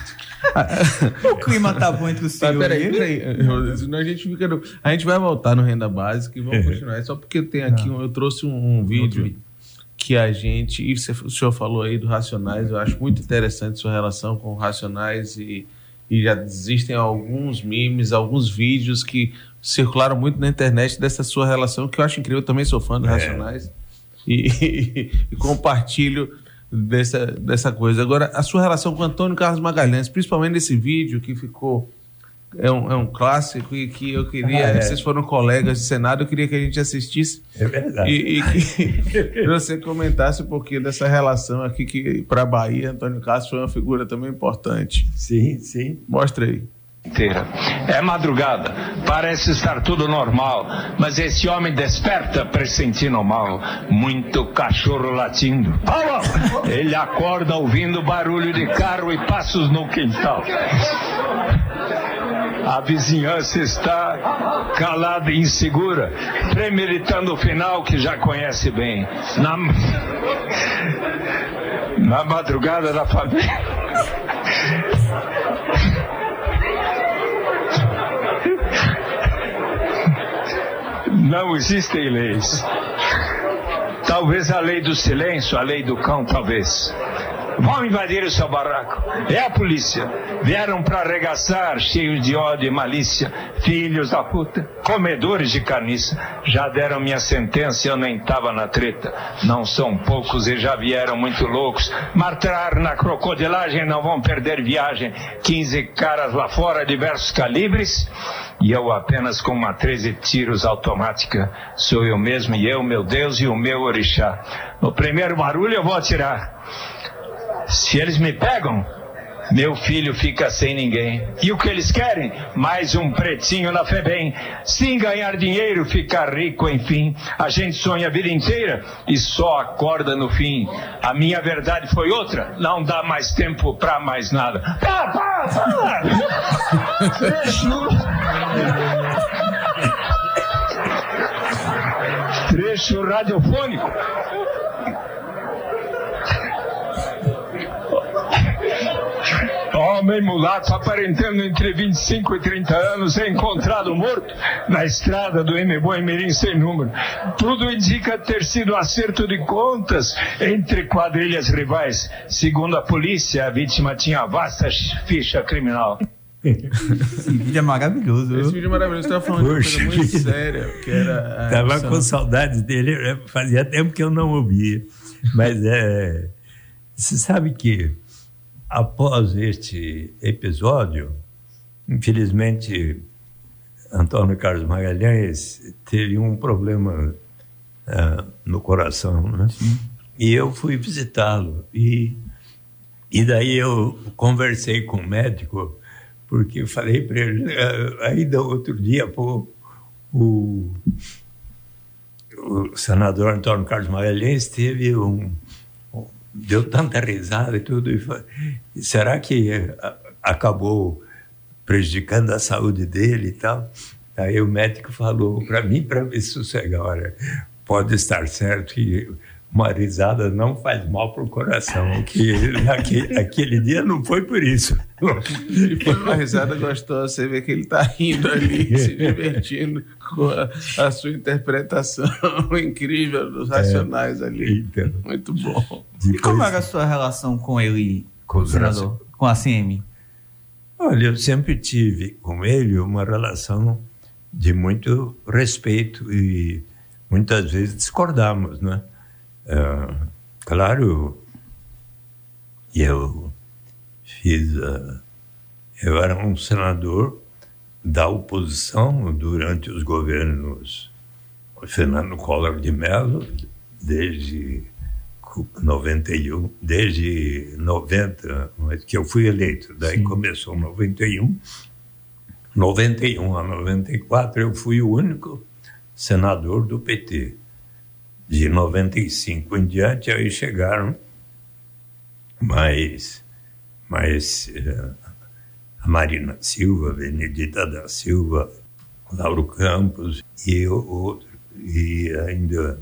O clima está bom entre o senhor e peraí, peraí. Senão a gente fica no... A gente vai voltar no Renda Básica e vamos continuar. É só porque tem aqui, um, eu trouxe um, um vídeo que a gente... E você, o senhor falou aí do Racionais, eu acho muito interessante sua relação com Racionais e, e já existem alguns memes, alguns vídeos que circularam muito na internet dessa sua relação, que eu acho incrível, eu também sou fã do Racionais. É. E, e, e compartilho dessa, dessa coisa. Agora, a sua relação com Antônio Carlos Magalhães, principalmente nesse vídeo que ficou, é um, é um clássico e que eu queria, ah, é. vocês foram colegas de Senado, eu queria que a gente assistisse. É verdade. E, e que você comentasse um pouquinho dessa relação aqui, que para a Bahia, Antônio Carlos foi uma figura também importante. Sim, sim. Mostra aí. Inteira. É madrugada, parece estar tudo normal, mas esse homem desperta pressentindo o mal. Muito cachorro latindo. Paulo! Ele acorda ouvindo barulho de carro e passos no quintal. A vizinhança está calada e insegura, premeditando o final que já conhece bem. Na, Na madrugada da família. Não existem leis. Talvez a lei do silêncio, a lei do cão, talvez. Vão invadir o seu barraco. É a polícia. Vieram para arregaçar, cheios de ódio e malícia. Filhos da puta, comedores de carniça. Já deram minha sentença e eu nem tava na treta. Não são poucos e já vieram muito loucos. Martrar na crocodilagem, não vão perder viagem. quinze caras lá fora, diversos calibres. E eu apenas com uma treze tiros automática. Sou eu mesmo e eu, meu Deus e o meu orixá. No primeiro barulho eu vou atirar. Se eles me pegam, meu filho fica sem ninguém. E o que eles querem? Mais um pretinho na FEBEM. Sim, ganhar dinheiro, ficar rico, enfim. A gente sonha a vida inteira e só acorda no fim. A minha verdade foi outra. Não dá mais tempo pra mais nada. Pá, pá, pá. Trecho. Trecho radiofônico. Homem mulato aparentando entre vinte e cinco e trinta anos é encontrado morto na estrada do Emeboi Mirim sem número. Tudo indica ter sido acerto de contas entre quadrilhas rivais. Segundo a polícia, a vítima tinha vasta ficha criminal. Esse vídeo é maravilhoso. Esse vídeo é maravilhoso. Você estava falando Poxa, de uma coisa muito séria. Que era Estava com saudades dele, fazia tempo que eu não ouvia. Mas é, você sabe que após este episódio, infelizmente, Antônio Carlos Magalhães teve um problema uh, no coração, né? Sim. E eu fui visitá-lo. E, e daí eu conversei com o médico, porque eu falei para ele, uh, ainda outro dia, pô, o, o senador Antônio Carlos Magalhães teve um... deu tanta risada e tudo, e foi, será que acabou prejudicando a saúde dele e tal? Aí o médico falou para mim, para me sossegar, olha, pode estar certo que uma risada não faz mal para o coração, que naquele, aquele dia não foi por isso. E foi uma risada gostosa, você vê que ele está rindo ali, se divertindo com a, a sua interpretação incrível dos Racionais é, ali. Então, muito bom. E como era a sua relação com ele, com o senador, com a A C M? Olha, eu sempre tive com ele uma relação de muito respeito e muitas vezes discordamos, né? Uh, claro, eu fiz, uh, eu era um senador da oposição durante os governos Fernando Collor de Mello, desde noventa e um, desde noventa, que eu fui eleito, daí Sim. começou noventa e um, noventa e um a noventa e quatro eu fui o único senador do P T. De noventa e cinco em diante, aí chegaram mais, mais uh, a Marina Silva, Benedita da Silva, Lauro Campos e outro, e ainda,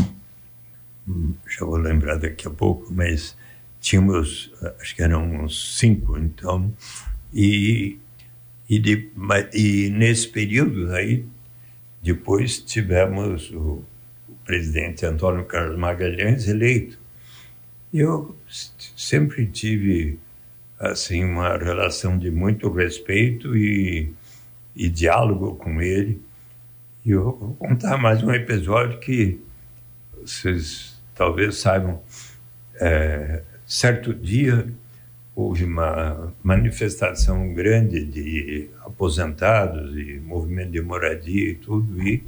já vou lembrar daqui a pouco, mas tínhamos, acho que eram uns cinco, então, e, e, de, e nesse período aí, depois tivemos o presidente Antônio Carlos Magalhães eleito. Eu sempre tive assim uma relação de muito respeito e, e diálogo com ele. E eu vou contar mais um episódio que vocês talvez saibam. É, certo dia houve uma manifestação grande de aposentados e movimento de moradia e tudo, e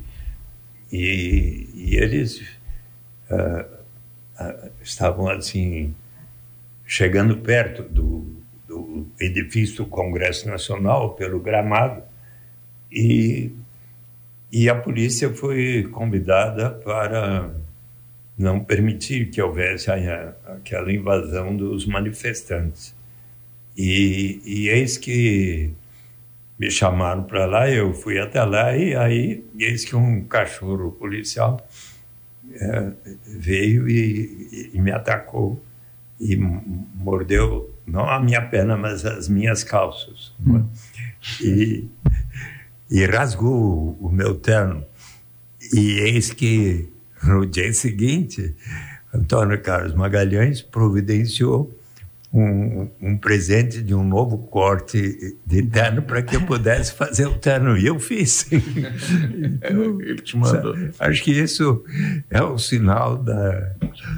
E, e eles uh, uh, estavam assim chegando perto do, do edifício do Congresso Nacional pelo gramado, e, e a polícia foi convidada para não permitir que houvesse a, aquela invasão dos manifestantes. E, e eis que me chamaram para lá, eu fui até lá, e aí eis que um cachorro policial é, veio e, e me atacou e mordeu, não a minha perna, mas as minhas calças. Hum. E, e rasgou o meu terno. E eis que no dia seguinte, Antônio Carlos Magalhães providenciou Um, um presente de um novo corte de terno para que eu pudesse fazer o terno. E eu fiz. Então, ele te mandou. Acho que isso é o sinal da,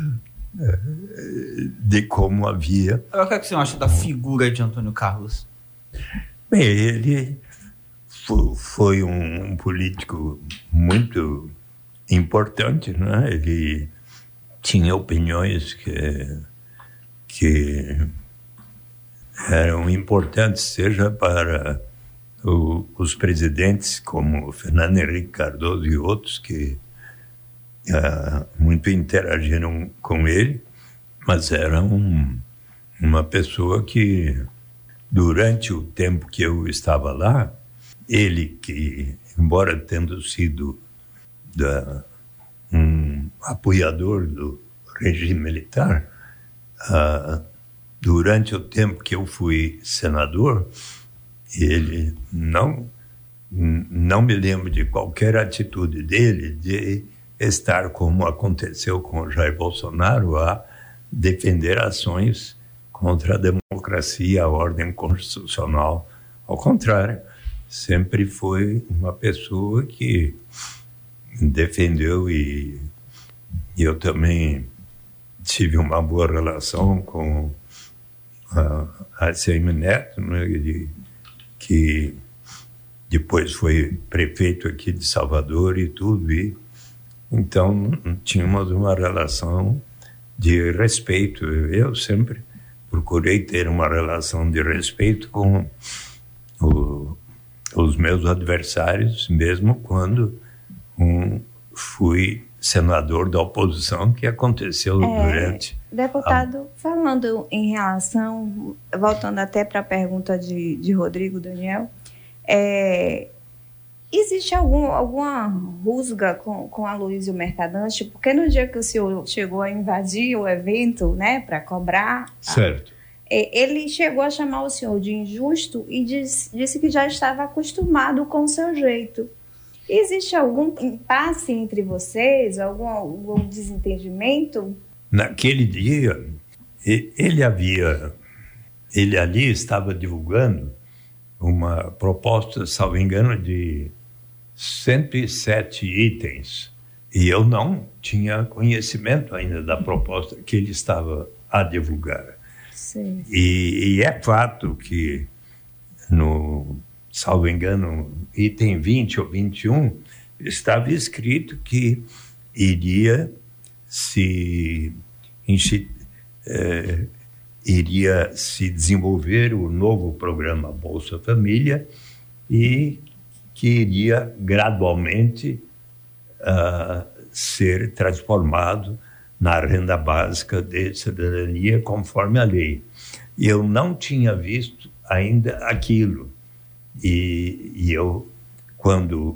de como havia... O que, é que você acha da figura de Antônio Carlos? Bem, ele foi, foi um, um político muito importante, né? Ele tinha opiniões que... que eram importantes, seja para o, os presidentes como Fernando Henrique Cardoso e outros que uh, muito interagiram com ele, mas era um, uma pessoa que, durante o tempo que eu estava lá, ele que, embora tendo sido da, um apoiador do regime militar, Uh, durante o tempo que eu fui senador, ele não, não me lembro de qualquer atitude dele de estar, como aconteceu com o Jair Bolsonaro, a defender ações contra a democracia, a ordem constitucional. Ao contrário, sempre foi uma pessoa que defendeu, e, e eu também tive uma boa relação com a A C M Neto, né, de, que depois foi prefeito aqui de Salvador e tudo, e, Então, tínhamos uma relação de respeito. Eu sempre procurei ter uma relação de respeito com o, os meus adversários, mesmo quando um, fui senador da oposição, que aconteceu é, durante... Deputado, a... falando em relação, voltando até para a pergunta de, de Rodrigo Daniel, é, existe algum, alguma rusga com, com a Aloysio Mercadante? Porque no dia que o senhor chegou a invadir o evento, né, para cobrar... Certo. A, ele chegou a chamar o senhor de injusto e disse, disse que já estava acostumado com o seu jeito. Existe algum impasse entre vocês, algum, algum desentendimento? Naquele dia, ele havia, ele ali estava divulgando uma proposta, salvo engano, de cento e sete itens. E eu não tinha conhecimento ainda da proposta que ele estava a divulgar. Sim. E, e é fato que, no, salvo engano, item vinte ou vinte e um, estava escrito que iria se, eh, iria se desenvolver o novo programa Bolsa Família e que iria gradualmente uh, ser transformado na renda básica de cidadania conforme a lei. E eu não tinha visto ainda aquilo. E, e eu, quando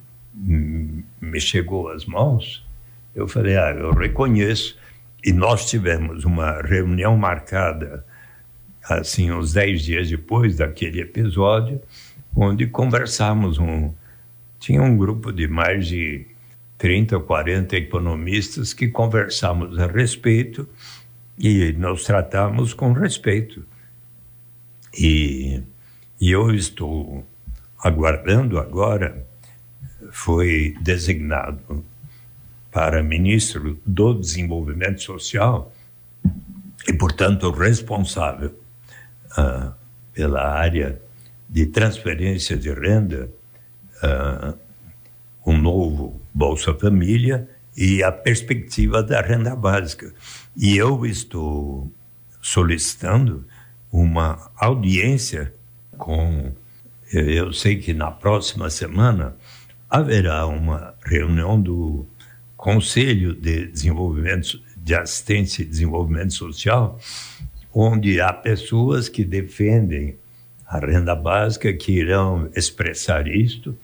me chegou às mãos, eu falei, ah, eu reconheço. E nós tivemos uma reunião marcada, assim, uns dez dias depois daquele episódio, onde conversamos. Um, tinha um grupo de mais de trinta ou quarenta economistas que conversamos a respeito e nos tratamos com respeito. E, e eu estou aguardando agora, foi designado para ministro do Desenvolvimento Social e, portanto, responsável uh, pela área de transferência de renda, uh, um novo Bolsa Família e a perspectiva da renda básica. E eu estou solicitando uma audiência com... Eu sei que na próxima semana haverá uma reunião do Conselho de Desenvolvimento, de Assistência e Desenvolvimento Social, onde há pessoas que defendem a renda básica, que irão expressar isto,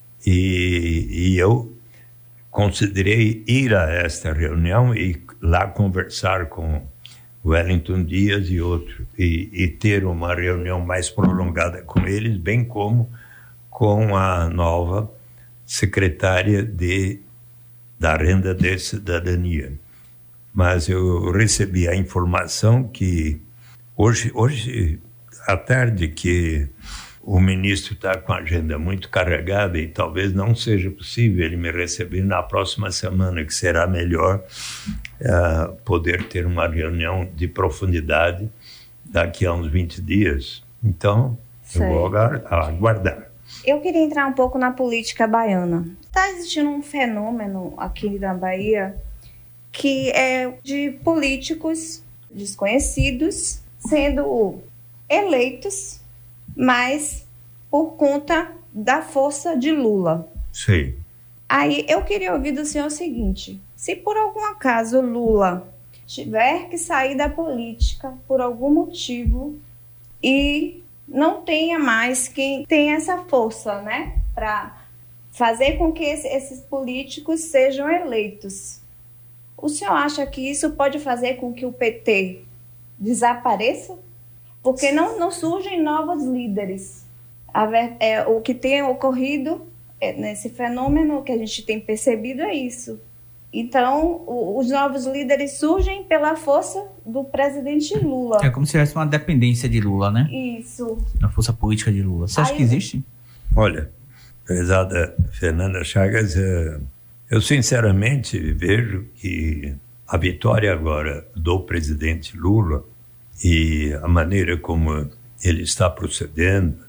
e, e eu considerei ir a esta reunião e lá conversar com Wellington Dias e outro, e, e ter uma reunião mais prolongada com eles, bem como com a nova secretária de, da Renda de Cidadania. Mas eu recebi a informação que hoje, hoje à tarde, que o ministro está com a agenda muito carregada e talvez não seja possível ele me receber na próxima semana, que será melhor uh, poder ter uma reunião de profundidade daqui a uns vinte dias. Então, Sei. eu vou aguardar. Eu queria entrar um pouco na política baiana. Está existindo um fenômeno aqui na Bahia que é de políticos desconhecidos sendo eleitos, mas por conta da força de Lula. Sim. Aí eu queria ouvir do senhor o seguinte: se por algum acaso Lula tiver que sair da política por algum motivo e não tenha mais quem tem essa força, né, para fazer com que esse, esses políticos sejam eleitos, o senhor acha que isso pode fazer com que o P T desapareça? Porque não, não surgem novos líderes. A ver, é, o que tem ocorrido é, nesse fenômeno que a gente tem percebido é isso. Então, o, os novos líderes surgem pela força do presidente Lula. É como se tivesse uma dependência de Lula, né? Isso. Da força política de Lula. Você acha Aí, que existe? Olha, prezada Fernanda Chagas, eu sinceramente vejo que a vitória agora do presidente Lula e a maneira como ele está procedendo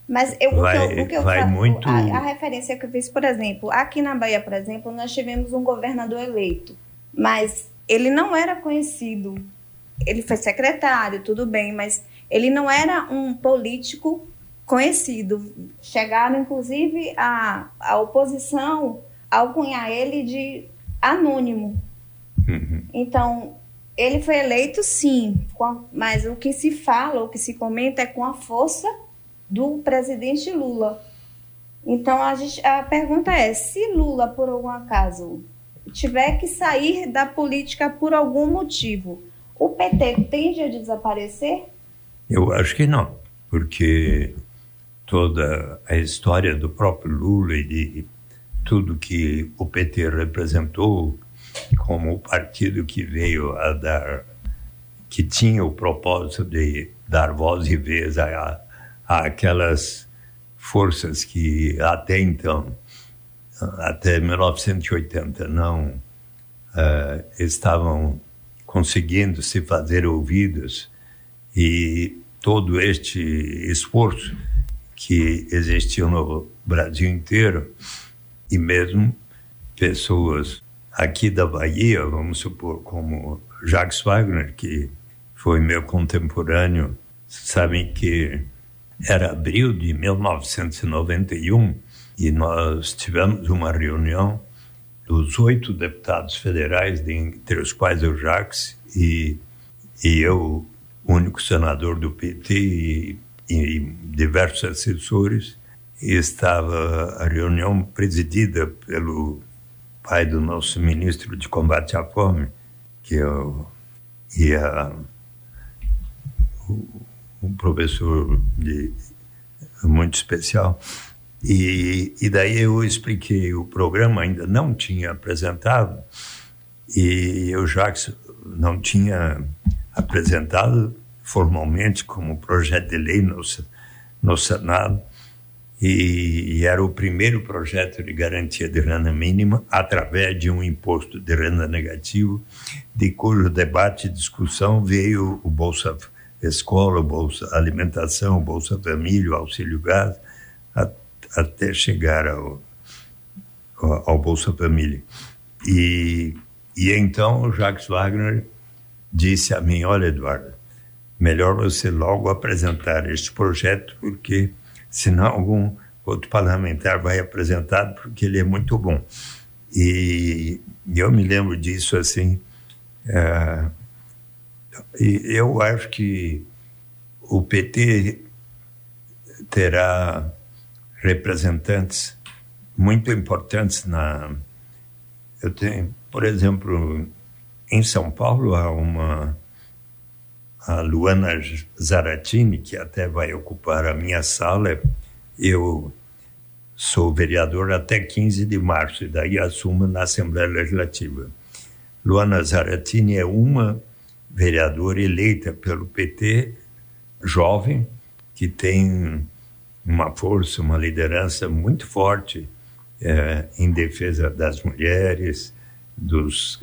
Mas eu, vai, o que eu, o que eu vai falo, muito... a, a referência que eu fiz, por exemplo, aqui na Bahia, por exemplo, nós tivemos um governador eleito, mas ele não era conhecido. Ele foi secretário, tudo bem, mas ele não era um político conhecido. Chegaram, inclusive, a, a oposição a alcunhar ele de anônimo. Uhum. Então, ele foi eleito, sim, com a, mas o que se fala, o que se comenta é com a força do presidente Lula. Então, a, gente, a pergunta é, se Lula, por algum acaso, tiver que sair da política por algum motivo, o P T tende a desaparecer? Eu acho que não, porque toda a história do próprio Lula e de tudo que o P T representou como o partido que veio a dar, que tinha o propósito de dar voz e vez a, a aquelas forças que até então, até mil novecentos e oitenta, não uh, estavam conseguindo se fazer ouvidas, e todo este esforço que existiu no Brasil inteiro, e mesmo pessoas aqui da Bahia, vamos supor, como Jacques Wagner, que foi meu contemporâneo, sabem que era abril de mil novecentos e noventa e um e nós tivemos uma reunião dos oito deputados federais, entre os quais o Jacques e, e eu, único senador do P T e, e diversos assessores, e estava a reunião presidida pelo pai do nosso ministro de combate à fome, que é o, e a, o, um professor de, muito especial. E, e daí eu expliquei, o programa ainda não tinha apresentado, e o Jacques não tinha apresentado formalmente como projeto de lei no, no Senado, e, e era o primeiro projeto de garantia de renda mínima através de um imposto de renda negativo, de cujo debate e discussão veio o Bolsa Escola, o Bolsa Alimentação, o Bolsa Família, o Auxílio Gás, a, até chegar ao, ao, ao Bolsa Família. E, e então o Jacques Wagner disse a mim, olha, Eduardo, melhor você logo apresentar este projeto, porque senão algum outro parlamentar vai apresentar, porque ele é muito bom. E eu me lembro disso assim, é, e eu acho que o P T terá representantes muito importantes na... Eu tenho, por exemplo, em São Paulo há uma... a Luana Zaratini, que até vai ocupar a minha sala. Eu sou vereador até quinze de março, e daí assumo na Assembleia Legislativa. Luana Zaratini é uma vereadora eleita pelo P T, jovem, que tem uma força, uma liderança muito forte é, em defesa das mulheres, dos...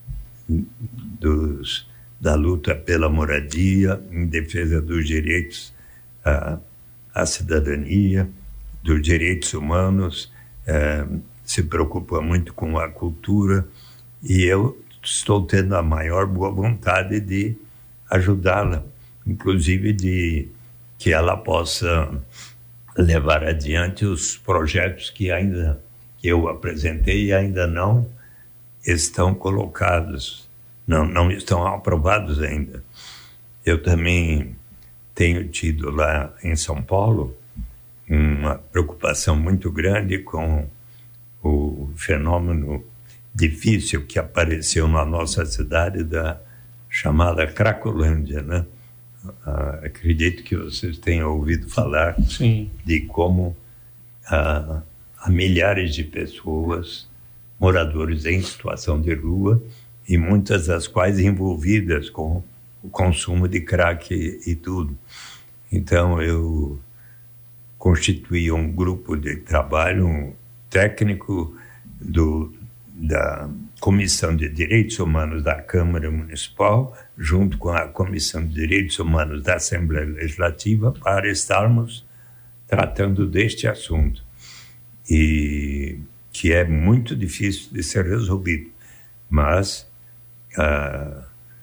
dos da luta pela moradia, em defesa dos direitos à, à cidadania, dos direitos humanos, eh, se preocupa muito com a cultura, e eu estou tendo a maior boa vontade de ajudá-la, inclusive de que ela possa levar adiante os projetos que ainda que eu apresentei e ainda não estão colocados. Não, não estão aprovados ainda. Eu também tenho tido lá em São Paulo uma preocupação muito grande com o fenômeno difícil que apareceu na nossa cidade da chamada Cracolândia, né? Ah, acredito que vocês tenham ouvido falar. Sim. De como ah, há milhares de pessoas, moradores em situação de rua, e muitas das quais envolvidas com o consumo de crack e, e tudo. Então, eu constituí um grupo de trabalho um técnico do, da Comissão de Direitos Humanos da Câmara Municipal, junto com a Comissão de Direitos Humanos da Assembleia Legislativa, para estarmos tratando deste assunto, e que é muito difícil de ser resolvido. Mas uh,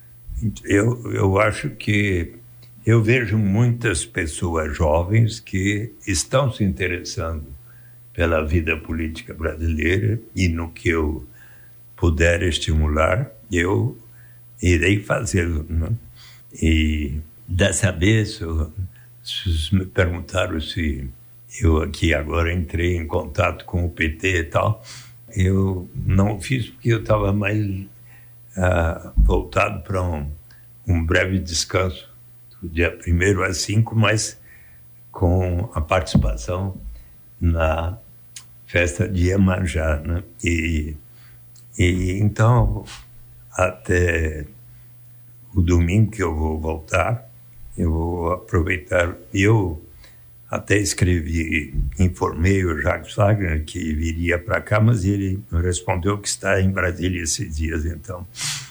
eu, eu acho que eu vejo muitas pessoas jovens que estão se interessando pela vida política brasileira, e no que eu puder estimular, eu irei fazê-lo, né? E dessa vez, vocês me perguntaram se eu aqui agora entrei em contato com o P T e tal. Eu não fiz porque eu estava mais uh, voltado para um, um breve descanso, do dia primeiro a cinco, mas com a participação na festa de Iemanjá, né? E, e então, até o domingo que eu vou voltar, eu vou aproveitar. Eu até escrevi, informei o Jacques Wagner que viria para cá, mas ele respondeu que está em Brasília esses dias, então.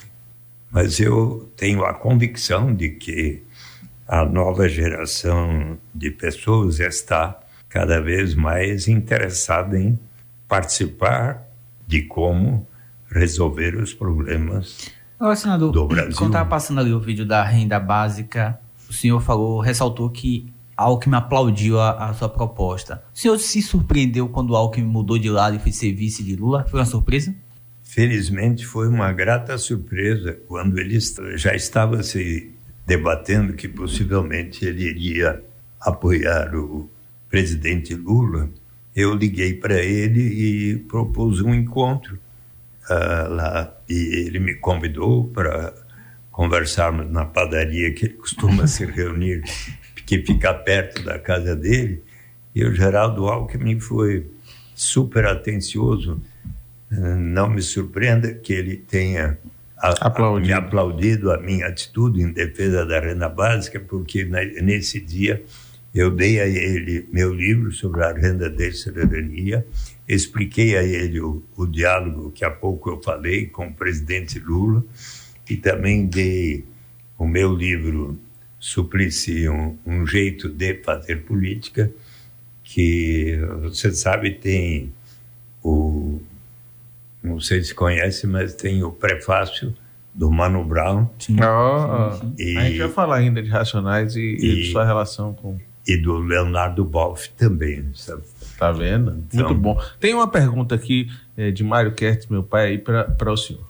Mas eu tenho a convicção de que a nova geração de pessoas está cada vez mais interessada em participar de como resolver os problemas Olha, senador, do Brasil. Quando estava passando ali o vídeo da renda básica, o senhor falou, ressaltou que Alckmin aplaudiu a, a sua proposta. O senhor se surpreendeu quando o Alckmin mudou de lado e foi ser vice de Lula? Foi uma surpresa? Felizmente foi uma grata surpresa quando ele já estava se debatendo que possivelmente ele iria apoiar o presidente Lula. Eu liguei para ele e propus um encontro uh, lá, e ele me convidou para conversarmos na padaria que ele costuma se reunir, que fica perto da casa dele. E o Geraldo Alckmin foi super atencioso. Uh, não me surpreenda que ele tenha a, a, me aplaudido a minha atitude em defesa da renda básica, porque na, nesse dia eu dei a ele meu livro sobre a renda de cidadania, expliquei a ele o, o diálogo que há pouco eu falei com o presidente Lula, e também dei o meu livro Suplicy, um, um jeito de fazer política, que você sabe tem o, não sei se conhece, mas tem o prefácio do Mano Brown. Sim. Oh, sim, sim. E, a gente vai falar ainda de Racionais e, e, e de sua relação com... E do Leonardo Boff também, sabe? Tá vendo? Então, muito bom. Tem uma pergunta aqui é, de Mário Kertz, meu pai, aí para o senhor.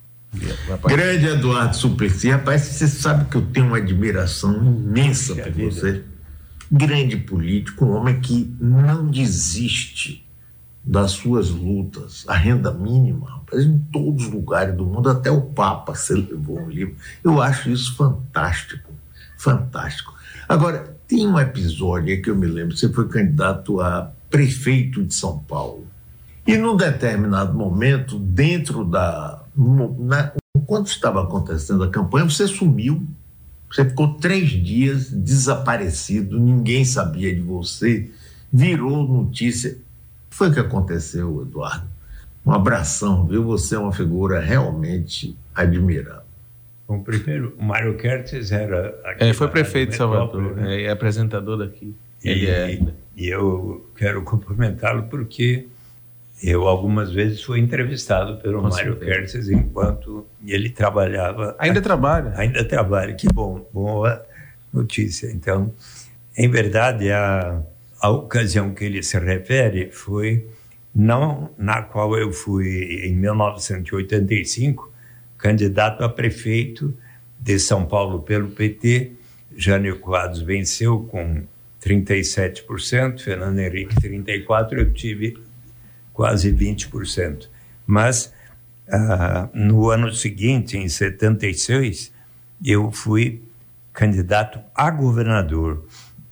Grande Eduardo Suplicy, rapaz, você sabe que eu tenho uma admiração imensa por você. Grande político, um homem que não desiste das suas lutas. A renda mínima, rapaz, em todos os lugares do mundo, até o Papa você levou um livro. Eu acho isso fantástico, fantástico. Agora, tem um episódio aí que eu me lembro, você foi candidato a prefeito de São Paulo. E num determinado momento, dentro da... Na, enquanto estava acontecendo a campanha, você sumiu. Você ficou três dias desaparecido, ninguém sabia de você, virou notícia. O que foi que aconteceu, Eduardo? Um abração, viu? Você é uma figura realmente admirável. Bom, primeiro, o Mário Kertz era... É, foi prefeito de Salvador, né? É, é apresentador daqui. E, Ele é... e eu quero cumprimentá-lo porque eu algumas vezes fui entrevistado pelo Mário Kertz enquanto ele trabalhava... Ainda aqui. trabalha? Ainda trabalha, que bom, boa notícia. Então, em verdade, a, a ocasião que ele se refere foi não na qual eu fui em mil novecentos e oitenta e cinco, candidato a prefeito de São Paulo pelo P T. Jânio Quadros venceu com trinta e sete por cento, Fernando Henrique trinta e quatro por cento, eu tive quase vinte por cento. Mas ah, no ano seguinte, em setenta e seis, eu fui candidato a governador.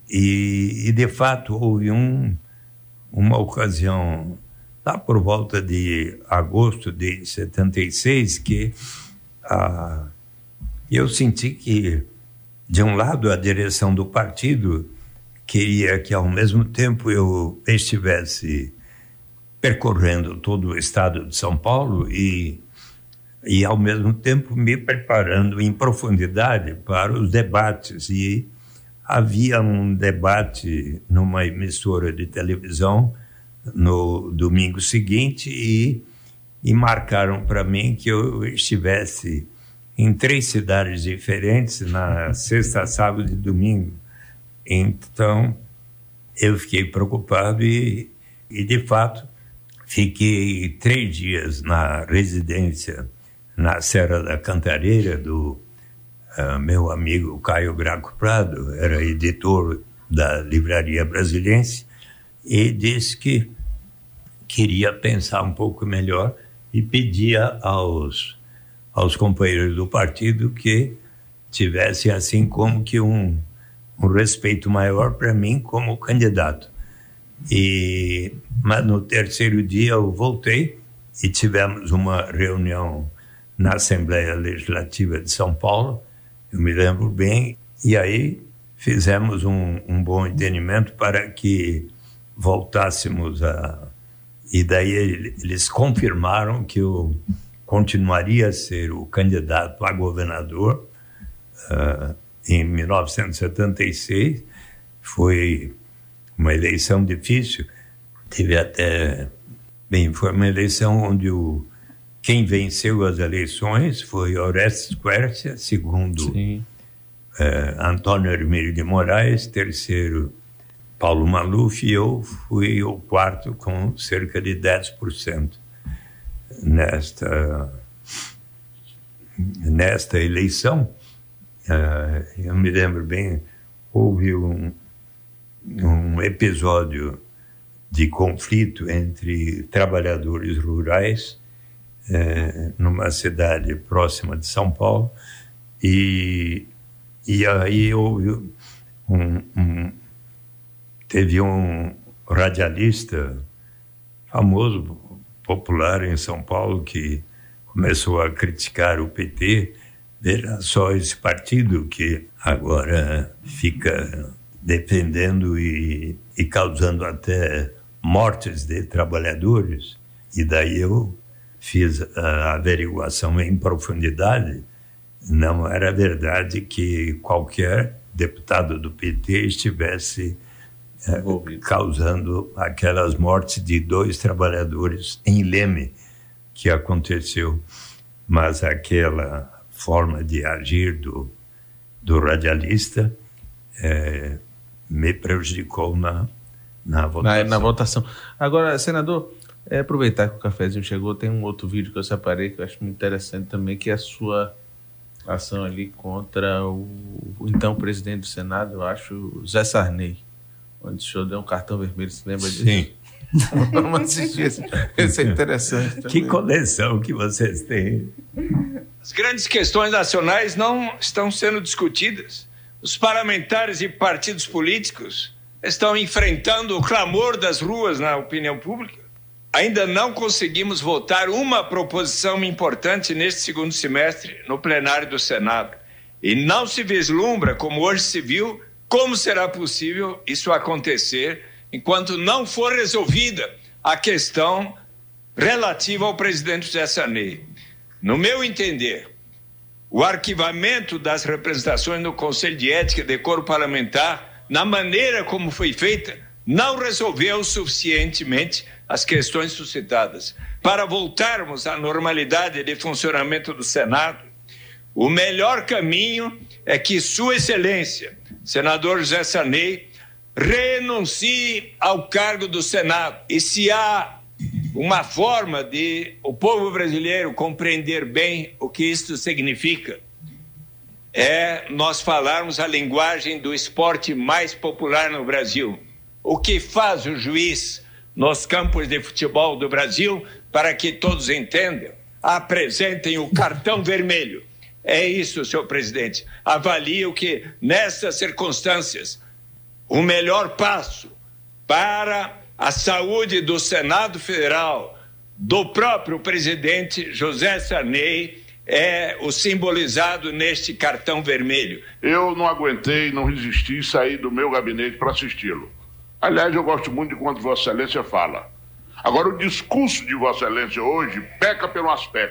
E, e de fato, houve um, uma ocasião, lá por volta de agosto de setenta e seis, que ah, eu senti que, de um lado, a direção do partido queria que, ao mesmo tempo, eu estivesse percorrendo todo o estado de São Paulo e, e ao mesmo tempo, me preparando em profundidade para os debates. E havia um debate numa emissora de televisão no domingo seguinte e, e marcaram para mim que eu estivesse em três cidades diferentes na sexta, sábado e domingo. Então, eu fiquei preocupado e, e de fato, fiquei três dias na residência na Serra da Cantareira do uh, meu amigo Caio Graco Prado, era editor da Livraria Brasiliense, e disse que queria pensar um pouco melhor e pedia aos, aos companheiros do partido que tivessem assim como que um, um respeito maior para mim como candidato. E, mas no terceiro dia eu voltei e tivemos uma reunião na Assembleia Legislativa de São Paulo, eu me lembro bem, e aí fizemos um, um bom entendimento para que voltássemos a... E daí eles confirmaram que eu continuaria a ser o candidato a governador uh, em mil novecentos e setenta e seis. Foi uma eleição difícil, teve até... Bem, foi uma eleição onde o, quem venceu as eleições foi Orestes Quercia, segundo uh, Antônio Hermílio de Moraes, terceiro Paulo Maluf, e eu fui o quarto com cerca de dez por cento nesta, nesta eleição. Uh, eu me lembro bem, houve um, um episódio de conflito entre trabalhadores rurais eh, numa cidade próxima de São Paulo, e, e aí houve um, um, teve um radialista famoso, popular em São Paulo, que começou a criticar o P T. Veja só, esse partido que agora fica defendendo e, e causando até mortes de trabalhadores. E daí eu fiz a averiguação em profundidade. Não era verdade que qualquer deputado do P T estivesse eh, causando aquelas mortes de dois trabalhadores em Leme, que aconteceu. Mas aquela forma de agir do, do radialista eh, me prejudicou na, na votação. Na, na votação. Agora, senador, é, aproveitar que o cafezinho chegou, tem um outro vídeo que eu separei que eu acho muito interessante também, que é a sua ação ali contra o, o então presidente do Senado, eu acho, Zé Sarney, onde o senhor deu um cartão vermelho, se lembra disso? Sim. Vamos assistir esse, esse é interessante também. Que coleção que vocês têm. As grandes questões nacionais não estão sendo discutidas. Os parlamentares e partidos políticos estão enfrentando o clamor das ruas na opinião pública. Ainda não conseguimos votar uma proposição importante neste segundo semestre no plenário do Senado. E não se vislumbra, como hoje se viu, como será possível isso acontecer enquanto não for resolvida a questão relativa ao presidente José Sarney. No meu entender, o arquivamento das representações no Conselho de Ética e Decoro Parlamentar, na maneira como foi feita, não resolveu suficientemente as questões suscitadas. Para voltarmos à normalidade de funcionamento do Senado, o melhor caminho é que Sua Excelência, senador José Sarney, renuncie ao cargo do Senado. E se há uma forma de o povo brasileiro compreender bem o que isto significa, é nós falarmos a linguagem do esporte mais popular no Brasil. O que faz o juiz nos campos de futebol do Brasil, para que todos entendam, apresentem o cartão vermelho. É isso, senhor presidente. Avalie o que, nessas circunstâncias, o melhor passo para a saúde do Senado Federal, do próprio presidente José Sarney, é o simbolizado neste cartão vermelho. Eu não aguentei, não resisti e saí do meu gabinete para assisti-lo. Aliás, eu gosto muito de quando Vossa Excelência fala. Agora, o discurso de Vossa Excelência hoje peca pelo aspecto.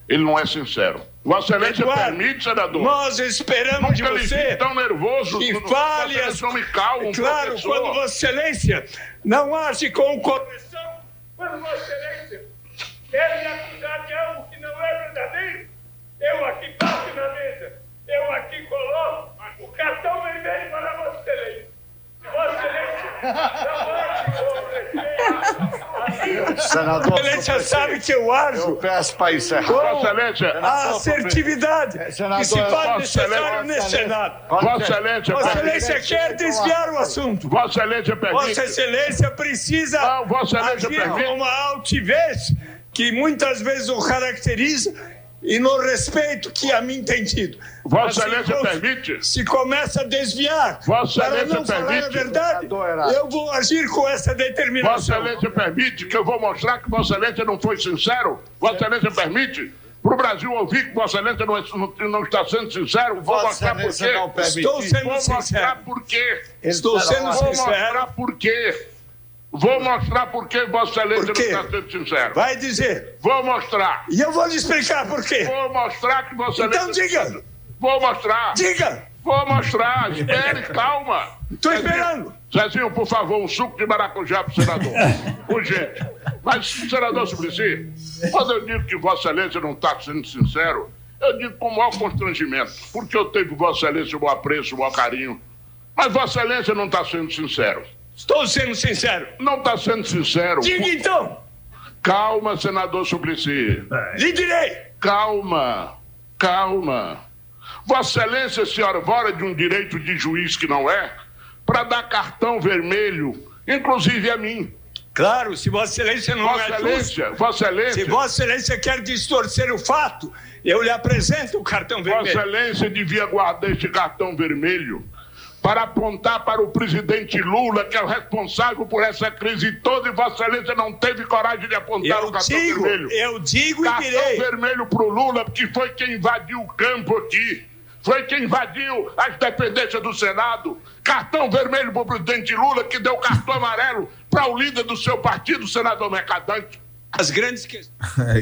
ele não é sincero. Vossa Excelência Eduardo, permite, senador? Nós esperamos de Nunca lhe você vi tão nervoso. que Vossa fale as... Excelência não me calma, um Claro, professor. quando Vossa Excelência não age com correção, quando Vossa Excelência quer me acusar de algo que não é verdadeiro, eu aqui bato na mesa, eu aqui coloco o cartão vermelho para Vossa Excelência. Vossa Excelência não age com respeito. Senador, Vossa Excelência sabe que eu ajo. Eu peço para encerrar. Vossa Excelência. A assertividade Senador, que se faz Vossa necessário Excelência. nesse Senado. Vossa Excelência Vossa permite. Excelência quer desviar o assunto. Vossa Excelência permite. Vossa Excelência precisa Não, Vossa Excelência agir permite. com uma altivez que muitas vezes o caracteriza e no respeito que a mim tem tido. Vossa Assim, Excelência eu- permite. Se começa a desviar Vossa para Excelência não falar a permite. verdade, eu vou agir com essa Vossa determinação. Excelência permite que eu vou mostrar que Vossa Excelência não foi sincero? Vossa Excelência permite? Para o Brasil ouvir que Vossa Excelência não, é- não- não está sendo sincero? Vou Vossa mostrar por Excelência quê. não permite. Estou sendo Vou mostrar sincero. por quê. Estou sendo Vou sincero. mostrar por quê. Vou mostrar por que Vossa Excelência Por quê? não está sendo sincero. Vai dizer. Vou mostrar. E eu vou lhe explicar por quê. Vou mostrar que Vossa Então Excelência... diga. Vou mostrar. Diga. Vou mostrar. Espere, calma. Estou esperando. Zezinho, por favor, um suco de maracujá para o senador. Urgente. Mas, senador Suplicy, quando eu digo que Vossa Excelência não está sendo sincero, eu digo com o maior constrangimento, porque eu tenho Vossa Excelência o maior apreço, o maior carinho. Mas Vossa Excelência não está sendo sincero. Estou sendo sincero. Não está sendo sincero. Diga então. Calma, senador Suplicy. Lhe direi. Calma, calma. Vossa Excelência se arvora de um direito de juiz que não é, para dar cartão vermelho, inclusive a mim. Claro, se Vossa Excelência não Vossa é Excelência, justo, Vossa Excelência, se Vossa Excelência quer distorcer o fato, eu lhe apresento o cartão Vossa vermelho. Excelência devia guardar este cartão vermelho para apontar para o presidente Lula, que é o responsável por essa crise toda, e Vossa Excelência não teve coragem de apontar Eu o cartão digo, vermelho. eu digo e Cartão direi. vermelho para o Lula, porque foi quem invadiu o campo aqui. Foi quem invadiu as dependências do Senado. Cartão vermelho para o presidente Lula, que deu cartão amarelo para o líder do seu partido, o senador Mercadante. As grandes questões.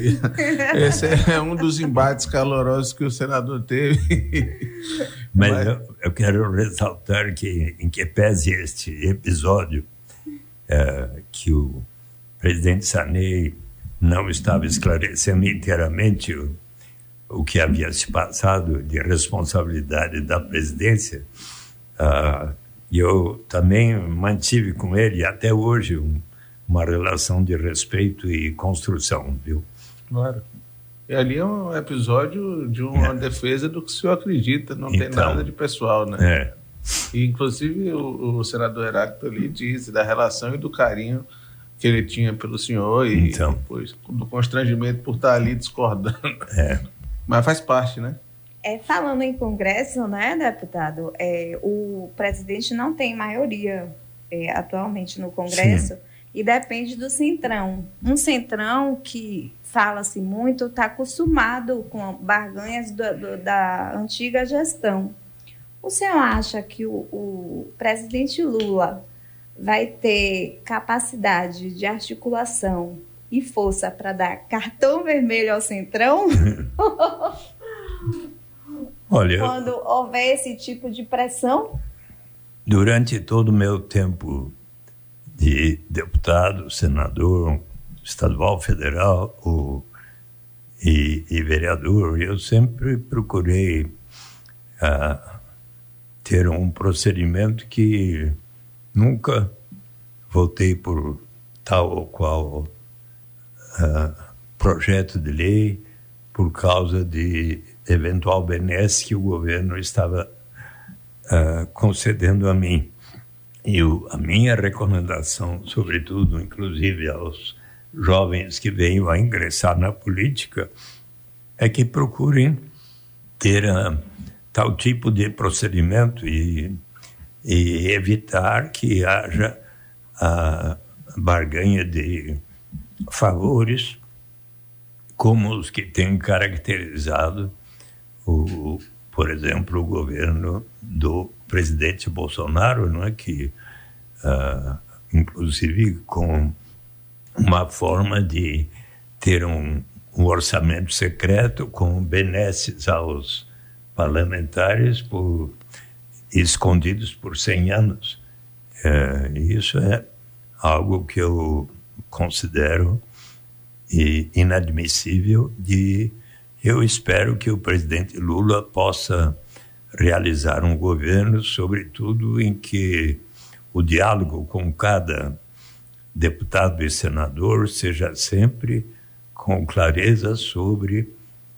Esse é um dos embates calorosos que o senador teve. Mas Mas- eu, eu quero ressaltar que, em que pese este episódio, eh, que o presidente Sarney não estava esclarecendo inteiramente o, o que havia se passado de responsabilidade da presidência, ah, eu também mantive com ele até hoje um, uma relação de respeito e construção, viu? Claro. E ali é um episódio de uma É. defesa do que o senhor acredita, não tem Então, nada de pessoal, né? É. E, inclusive, o, o senador Heráclito ali diz da relação e do carinho que ele tinha pelo senhor e Então. depois do constrangimento por estar ali discordando. É. Mas faz parte, né? É, falando em Congresso, né, deputado, é, o presidente não tem maioria é, atualmente no Congresso. Sim. E depende do Centrão. Um Centrão que fala-se muito, está acostumado com barganhas do, do, da antiga gestão. O senhor acha que o, o presidente Lula vai ter capacidade de articulação e força para dar cartão vermelho ao Centrão? Olha, quando houver esse tipo de pressão? Durante todo o meu tempo de deputado, senador, estadual, federal o, e, e vereador, eu sempre procurei uh, ter um procedimento que nunca votei por tal ou qual uh, projeto de lei por causa de eventual benesse que o governo estava uh, concedendo a mim. E o, a minha recomendação, sobretudo, inclusive aos jovens que venham a ingressar na política, é que procurem ter uh, tal tipo de procedimento e, e evitar que haja a barganha de favores como os que têm caracterizado, o, por exemplo, o governo do presidente Bolsonaro, não é, que, uh, inclusive, com uma forma de ter um um orçamento secreto com benesses aos parlamentares por, escondidos por cem anos. É, isso é algo que eu considero inadmissível e eu espero que o presidente Lula possa realizar um governo, sobretudo em que o diálogo com cada deputado e senador seja sempre com clareza sobre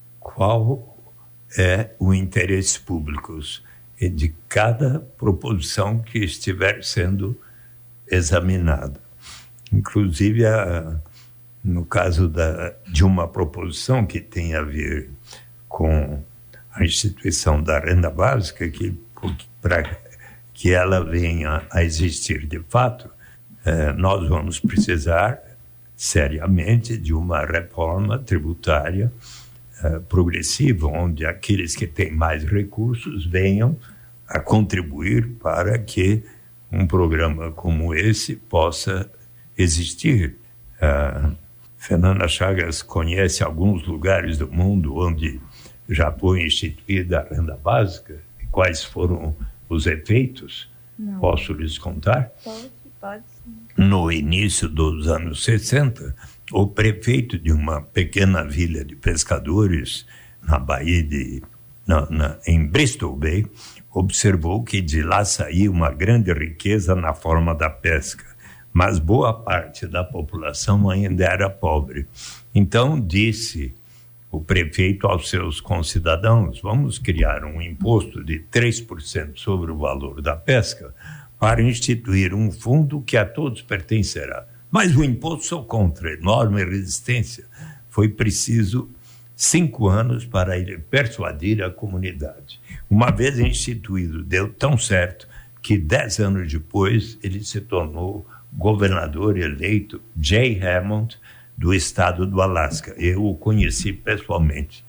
qual é o interesse público e de cada proposição que estiver sendo examinada. Inclusive, a, no caso da, de uma proposição que tem a ver com a instituição da renda básica, que para que ela venha a existir de fato, eh, nós vamos precisar seriamente de uma reforma tributária eh, progressiva, onde aqueles que têm mais recursos venham a contribuir para que um programa como esse possa existir. Uh, Fernanda Chagas conhece alguns lugares do mundo onde já foi instituída a renda básica e quais foram os efeitos? Não. Posso lhes contar? Pode, pode sim. No início dos anos sessenta, o prefeito de uma pequena vila de pescadores na Baía de, na, na, em Bristol Bay, observou que de lá saía uma grande riqueza na forma da pesca, mas boa parte da população ainda era pobre. Então disse o prefeito aos seus concidadãos: vamos criar um imposto de três por cento sobre o valor da pesca para instituir um fundo que a todos pertencerá. Mas o imposto sou contra, enorme resistência. Foi preciso cinco anos para ele persuadir a comunidade. Uma vez instituído, deu tão certo que dez anos depois ele se tornou governador eleito, Jay Hammond, do estado do Alasca. Eu o conheci pessoalmente.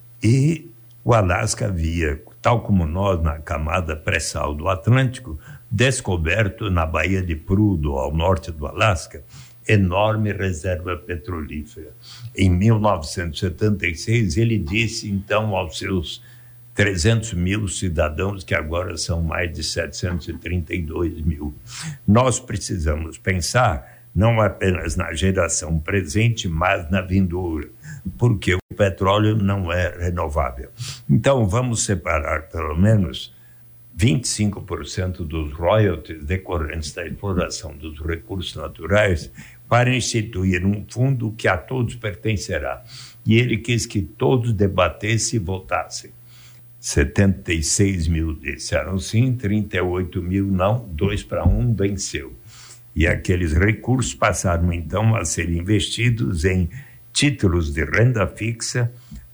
E o Alasca havia, tal como nós na camada pré-sal do Atlântico, descoberto na Baía de Prudhoe, ao norte do Alasca, enorme reserva petrolífera. Em mil novecentos e setenta e seis, ele disse, então, aos seus trezentos mil cidadãos, que agora são mais de setecentos e trinta e dois mil, nós precisamos pensar não apenas na geração presente, mas na vindoura, porque o petróleo não é renovável. Então, vamos separar, pelo menos, vinte e cinco por cento dos royalties decorrentes da exploração dos recursos naturais para instituir um fundo que a todos pertencerá. E ele quis que todos debatessem e votassem. setenta e seis mil disseram sim, trinta e oito mil não, dois para um venceu. E aqueles recursos passaram, então, a ser investidos em títulos de renda fixa,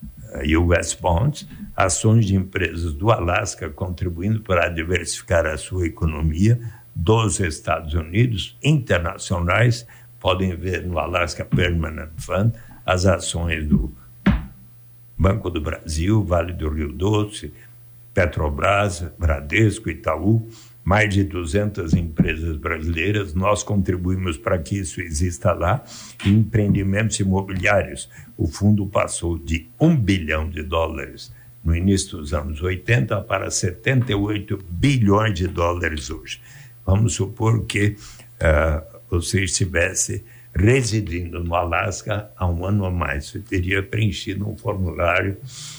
U S Bonds, ações de empresas do Alasca, contribuindo para diversificar a sua economia, dos Estados Unidos, internacionais. Podem ver no Alaska Permanent Fund as ações do Banco do Brasil, Vale do Rio Doce, Petrobras, Bradesco, Itaú, mais de duzentas empresas brasileiras. Nós contribuímos para que isso exista lá. Em empreendimentos imobiliários, o fundo passou de um bilhão de dólares no início dos anos oitenta para setenta e oito bilhões de dólares hoje. Vamos supor que uh, você estivesse residindo no Alasca há um ano ou mais. Você teria preenchido um formulário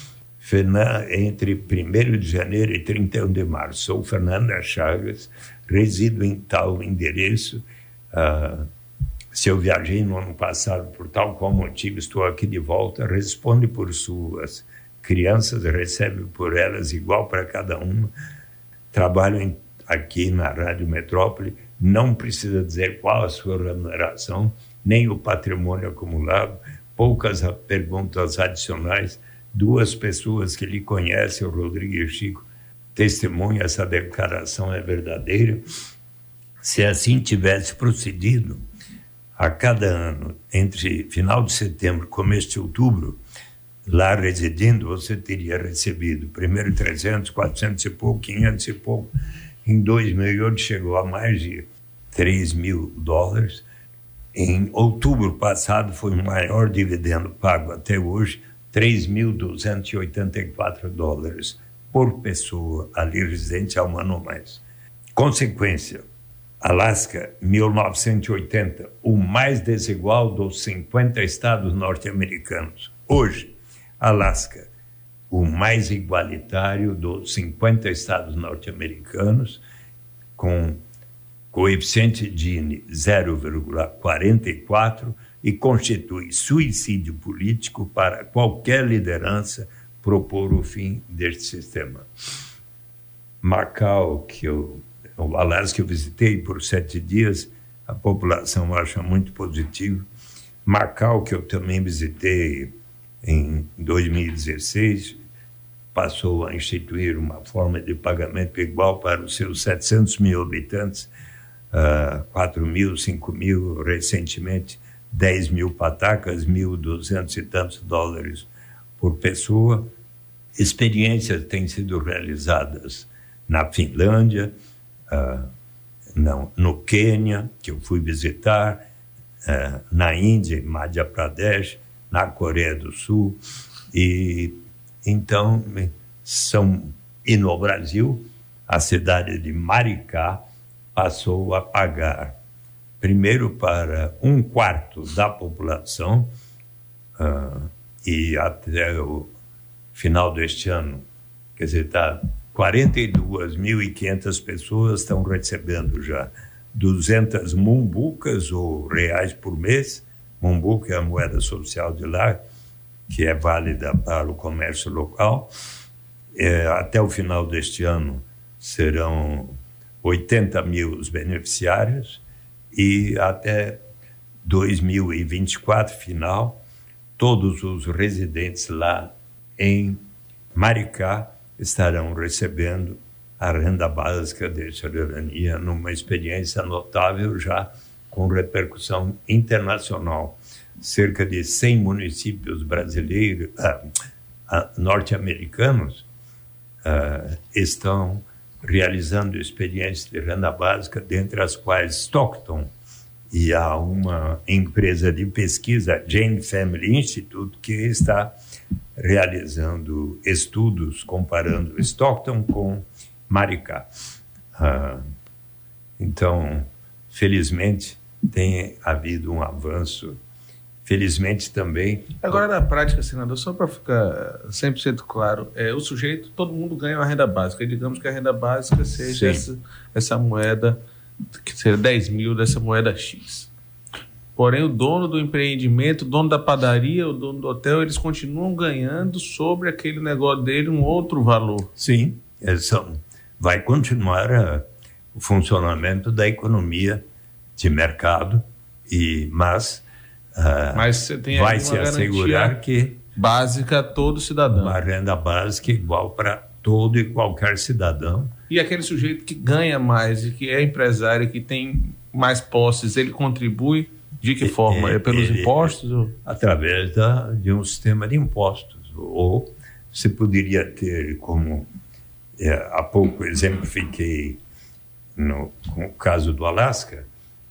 entre primeiro de janeiro e trinta e um de março. Sou Fernanda Chagas, resido em tal endereço. Uh, se eu viajei no ano passado por tal qual motivo, estou aqui de volta. Responde por suas crianças, recebe por elas igual para cada uma. Trabalho em, aqui na Rádio Metrópole. Não precisa dizer qual a sua remuneração, nem o patrimônio acumulado. Poucas perguntas adicionais. Duas pessoas que lhe conhecem, o Rodrigo e o Chico, testemunham, essa declaração é verdadeira. Se assim tivesse procedido, a cada ano, entre final de setembro e começo de outubro, lá residindo, você teria recebido primeiro trezentos, quatrocentos e pouco, quinhentos e pouco. Em dois mil e oito chegou a mais de três mil dólares. Em outubro passado foi o maior dividendo pago até hoje, três mil duzentos e oitenta e quatro dólares por pessoa ali residente a um ano ou mais. Consequência, Alasca, mil novecentos e oitenta, o mais desigual dos cinquenta estados norte-americanos. Hoje, Alasca, o mais igualitário dos cinquenta estados norte-americanos, com coeficiente Gini zero vírgula quarenta e quatro e constitui suicídio político para qualquer liderança propor o fim deste sistema. Macau, que eu, o Alasca eu visitei por sete dias, a população acha muito positivo. Macau, que eu também visitei em dois mil e dezesseis, passou a instituir uma forma de pagamento igual para os seus setecentos mil habitantes, uh, quatro mil, cinco mil, recentemente dez mil patacas, mil e duzentos e tantos dólares por pessoa. Experiências têm sido realizadas na Finlândia, uh, não, no Quênia, que eu fui visitar, uh, na Índia, em Madhya Pradesh, na Coreia do Sul, e então são, e no Brasil, a cidade de Maricá passou a pagar primeiro para um quarto da população, uh, e até o final deste ano, quer dizer, tá, quarenta e duas mil e quinhentas pessoas estão recebendo já duzentas mumbucas ou reais por mês. Mumbuca é a moeda social de lá, que é válida para o comércio local. É, até o final deste ano serão oitenta mil os beneficiários e até dois mil e vinte e quatro, final, todos os residentes lá em Maricá estarão recebendo a renda básica de cidadania numa experiência notável já com repercussão internacional. Cerca de cem municípios brasileiros, ah, ah, norte-americanos, ah, estão realizando experiências de renda básica, dentre as quais Stockton, e há uma empresa de pesquisa, Jane Family Institute, que está realizando estudos comparando Stockton com Maricá. Ah, então, felizmente, tem havido um avanço. Felizmente também... Agora, na prática, senador, só para ficar cem por cento claro, é, o sujeito, todo mundo ganha uma renda básica. E digamos que a renda básica seja essa, essa moeda, que seja dez mil dessa moeda X. Porém, o dono do empreendimento, o dono da padaria, o dono do hotel, eles continuam ganhando sobre aquele negócio dele um outro valor. Sim, essa vai continuar a, o funcionamento da economia de mercado, e, mas... Uh, Mas você tem vai se assegurar que básica a todo cidadão. Uma renda básica igual para todo e qualquer cidadão. E aquele sujeito que ganha mais e que é empresário, que tem mais posses, ele contribui de que forma? É, é pelos ele, impostos? Ou? Através da, de um sistema de impostos. Ou você poderia ter, como é, há pouco exemplifiquei no, com o caso do Alasca,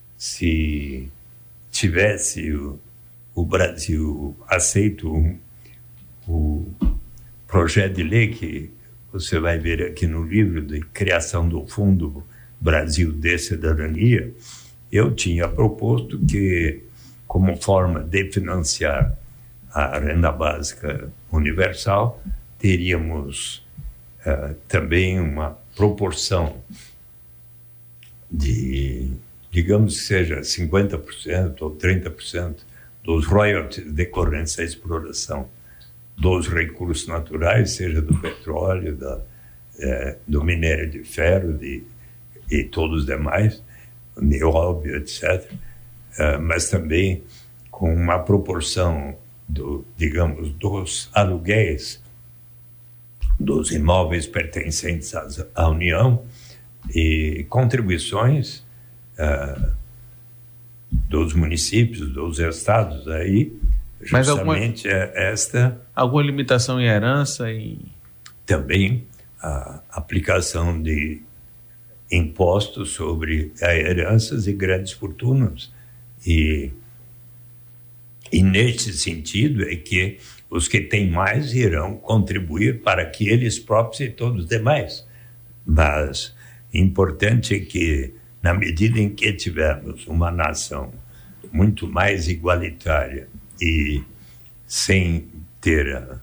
se tivesse o, o Brasil aceito um, o projeto de lei que você vai ver aqui no livro de criação do Fundo Brasil de Cidadania, eu tinha proposto que, como forma de financiar a renda básica universal, teríamos uh, também uma proporção de... digamos que seja cinquenta por cento ou trinta por cento dos royalties decorrentes da exploração dos recursos naturais, seja do petróleo, da, é, do minério de ferro de, e todos os demais, nióbio, etcétera, é, mas também com uma proporção, do, digamos, dos aluguéis dos imóveis pertencentes à União e contribuições Uh, dos municípios, dos estados, aí justamente alguma, é esta... Alguma limitação em herança? Em... Também a aplicação de impostos sobre heranças e grandes fortunas E, e neste sentido é que os que têm mais irão contribuir para que eles próprios e todos os demais. Mas importante é que, na medida em que tivermos uma nação muito mais igualitária e sem ter a,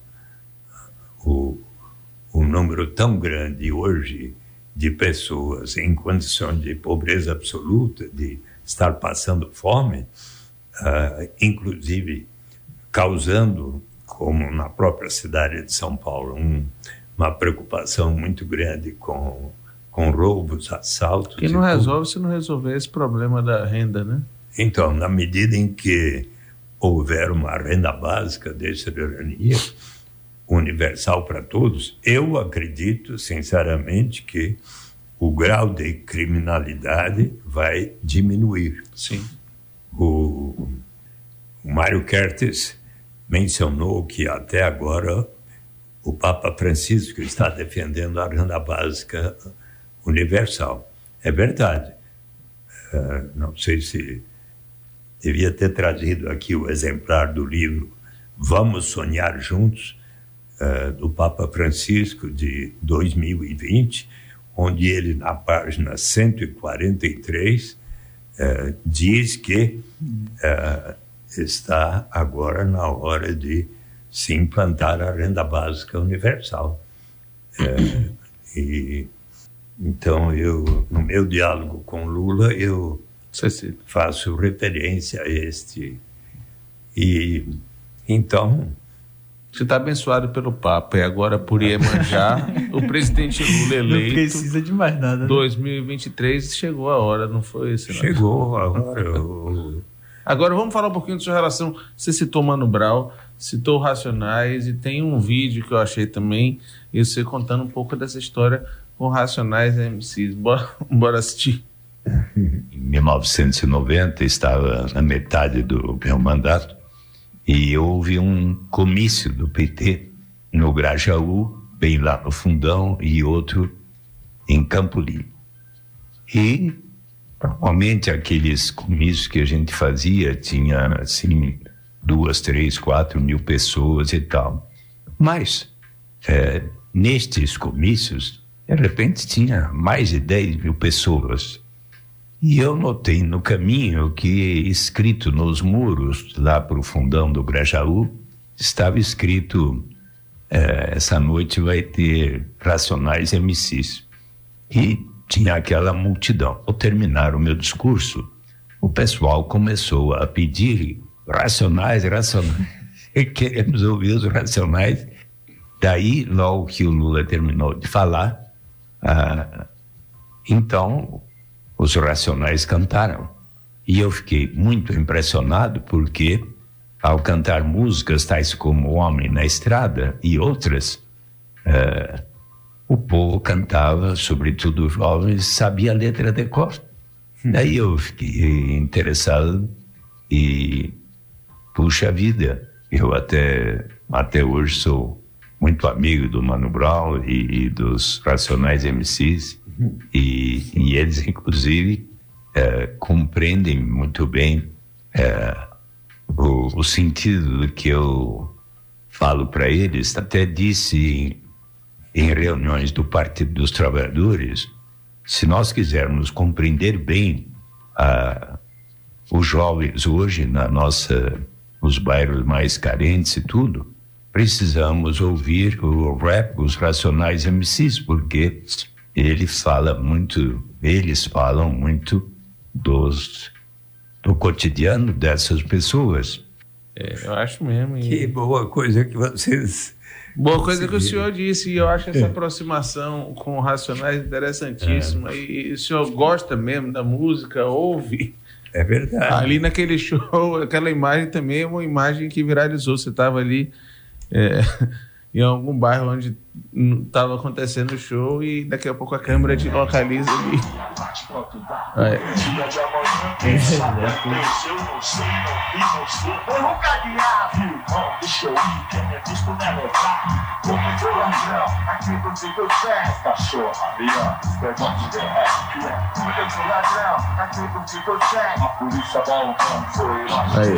o, o número tão grande hoje de pessoas em condição de pobreza absoluta, de estar passando fome, uh, inclusive causando, como na própria cidade de São Paulo, um, uma preocupação muito grande com, com roubos, assaltos. Que não resolve se não resolver esse problema da renda, né? Então, na medida em que houver uma renda básica de cidadania universal para todos, eu acredito, sinceramente, que o grau de criminalidade vai diminuir. Sim. O, o Mário Kertes mencionou que até agora o Papa Francisco está defendendo a renda básica universal. É verdade. Uh, não sei se devia ter trazido aqui o exemplar do livro Vamos Sonhar Juntos, uh, do Papa Francisco, de dois mil e vinte, onde ele, na página cento e quarenta e três, uh, diz que uh, está agora na hora de se implantar a renda básica universal. Uh, e, então, eu, no meu diálogo com Lula, eu Cecília. faço referência a este. E, então... Você está abençoado pelo Papa, e agora por Iemanjá, o presidente Lula eleito... Não precisa de mais nada. Né? dois mil e vinte e três, chegou a hora, não foi isso? Não? Chegou a hora. Eu... Agora vamos falar um pouquinho da sua relação. Você citou Mano Brown, citou Racionais, e tem um vídeo que eu achei também, e você contando um pouco dessa história com Racionais e M Cs. Bora, bora assistir. Em mil novecentos e noventa, estava na metade do meu mandato, e houve um comício do P T no Grajaú, bem lá no Fundão, e outro em Campo Limpo. E, normalmente, aqueles comícios que a gente fazia tinha, assim, duas, três, quatro mil pessoas e tal. Mas, é, nestes comícios, de repente, tinha mais de dez mil pessoas. E eu notei no caminho que, escrito nos muros, lá para o fundão do Grajaú, estava escrito, é, essa noite vai ter Racionais M Cs. E tinha aquela multidão. Ao terminar o meu discurso, o pessoal começou a pedir Racionais, Racionais. Queremos ouvir os Racionais. Daí, logo que o Lula terminou de falar, ah, então... os Racionais cantaram. E eu fiquei muito impressionado porque, ao cantar músicas tais como Homem na Estrada e outras, uh, o povo cantava, sobretudo os jovens, sabia a letra de cor. Hum. Daí eu fiquei interessado e, puxa vida, eu até, até hoje sou muito amigo do Mano Brown e, e dos Racionais M Cs. E, e eles, inclusive, é, compreendem muito bem é, o, o sentido do que eu falo para eles. Até disse em, em reuniões do Partido dos Trabalhadores, se nós quisermos compreender bem a, os jovens hoje na nossa, nos bairros mais carentes e tudo, precisamos ouvir o rap, os Racionais M Cs, porque... Eles falam muito, eles falam muito dos, do cotidiano dessas pessoas. É, eu acho mesmo. E... Que boa coisa que vocês... Boa coisa que o senhor disse, e eu acho essa aproximação com o Racionais interessantíssima. É. E, e o senhor gosta mesmo da música, ouve. É verdade. Ali naquele show, aquela imagem também é uma imagem que viralizou. Você estava ali é, em algum bairro onde Estava acontecendo o show e daqui a pouco a câmera te localiza ali. É. Aí.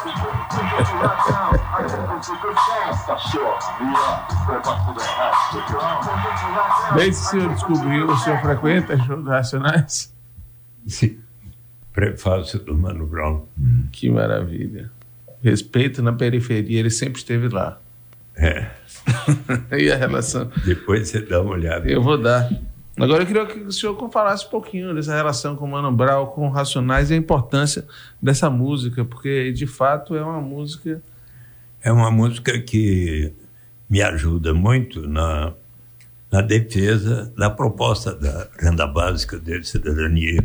Desde que o senhor descobriu, o senhor frequenta show dos Racionais? Sim. Prefácio do Mano Brown. Que maravilha. Respeito na periferia, ele sempre esteve lá. É. E a relação? Depois você dá uma olhada. Eu vou dar. Agora eu queria que o senhor falasse um pouquinho dessa relação com o Mano Brown, com o Racionais e a importância dessa música, porque de fato é uma música... É uma música que me ajuda muito na, na defesa da proposta da renda básica de cidadania.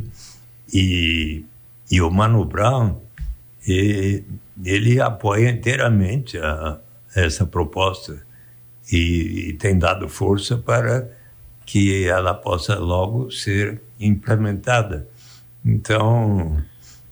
E, e o Mano Brown, e, ele apoia inteiramente a, essa proposta e, e tem dado força para que ela possa logo ser implementada. Então,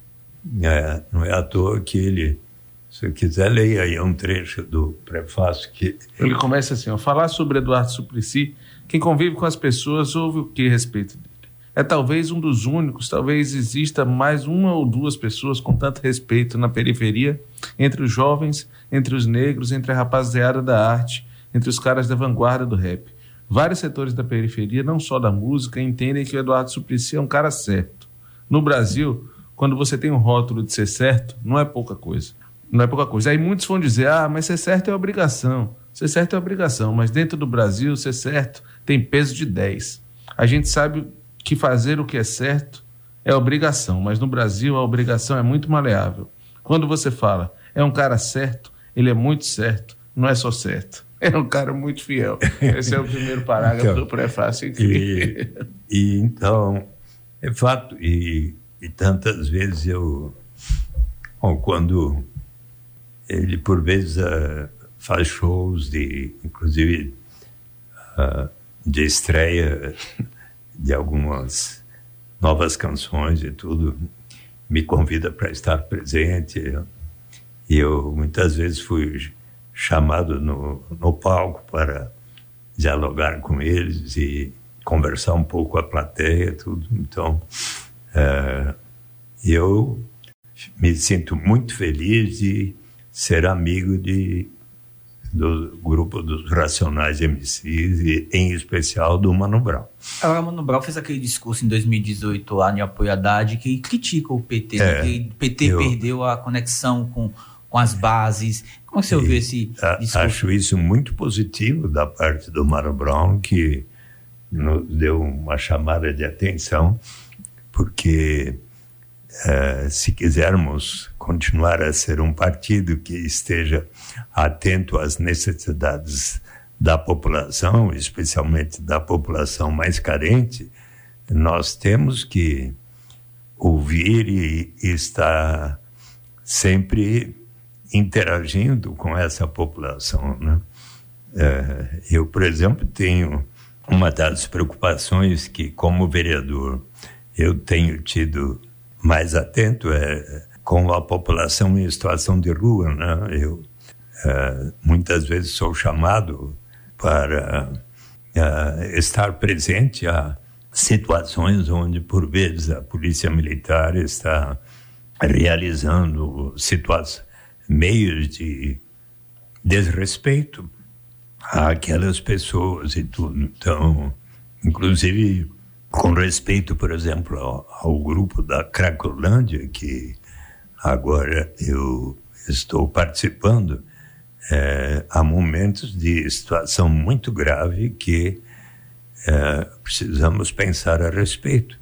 é, não é à toa que ele... Se quiser, leia aí um trecho do prefácio que... Ele começa assim, ó, falar sobre Eduardo Suplicy, quem convive com as pessoas ouve o que a respeito dele. É talvez um dos únicos, talvez exista mais uma ou duas pessoas com tanto respeito na periferia, entre os jovens, entre os negros, entre a rapaziada da arte, entre os caras da vanguarda do rap. Vários setores da periferia, não só da música, entendem que o Eduardo Suplicy é um cara certo. No Brasil, quando você tem um rótulo de ser certo, não é pouca coisa. Não é pouca coisa. Aí muitos vão dizer, ah, mas ser certo é obrigação. Ser certo é obrigação, mas dentro do Brasil, ser certo tem peso de dez. A gente sabe que fazer o que é certo é obrigação, mas no Brasil a obrigação é muito maleável. Quando você fala, é um cara certo, ele é muito certo, não é só certo. É um cara muito fiel. Esse é o primeiro parágrafo então, do prefácio. E, e então, é fato, e, e tantas vezes eu, bom, quando... Ele, por vezes, uh, faz shows, de, inclusive, uh, de estreia de algumas novas canções e tudo. Me convida para estar presente. E eu, muitas vezes, fui chamado no, no palco para dialogar com eles e conversar um pouco com a plateia, tudo. Então, uh, eu me sinto muito feliz de ser amigo de, do grupo dos Racionais M Cs e, em especial, do Mano Brown. Agora, o Mano Brown fez aquele discurso em dois mil e dezoito lá no Apoio Haddad que critica o P T, é, que o P T eu, perdeu a conexão com, com as bases. Como você ouviu esse discurso? Acho isso muito positivo da parte do Mano Brown, que nos deu uma chamada de atenção, porque uh, se quisermos continuar a ser um partido que esteja atento às necessidades da população, especialmente da população mais carente, nós temos que ouvir e, e estar sempre interagindo com essa população, né? É, eu, por exemplo, tenho uma das preocupações que, como vereador, eu tenho tido mais atento é com a população em situação de rua, né? Eu uh, muitas vezes sou chamado para uh, estar presente a situações onde, por vezes, a polícia militar está realizando situações, meios de desrespeito àquelas pessoas e tudo. Então, inclusive, com respeito, por exemplo, ao, ao grupo da Cracolândia, que agora eu estou participando, é, há momentos de situação muito grave que é, precisamos pensar a respeito.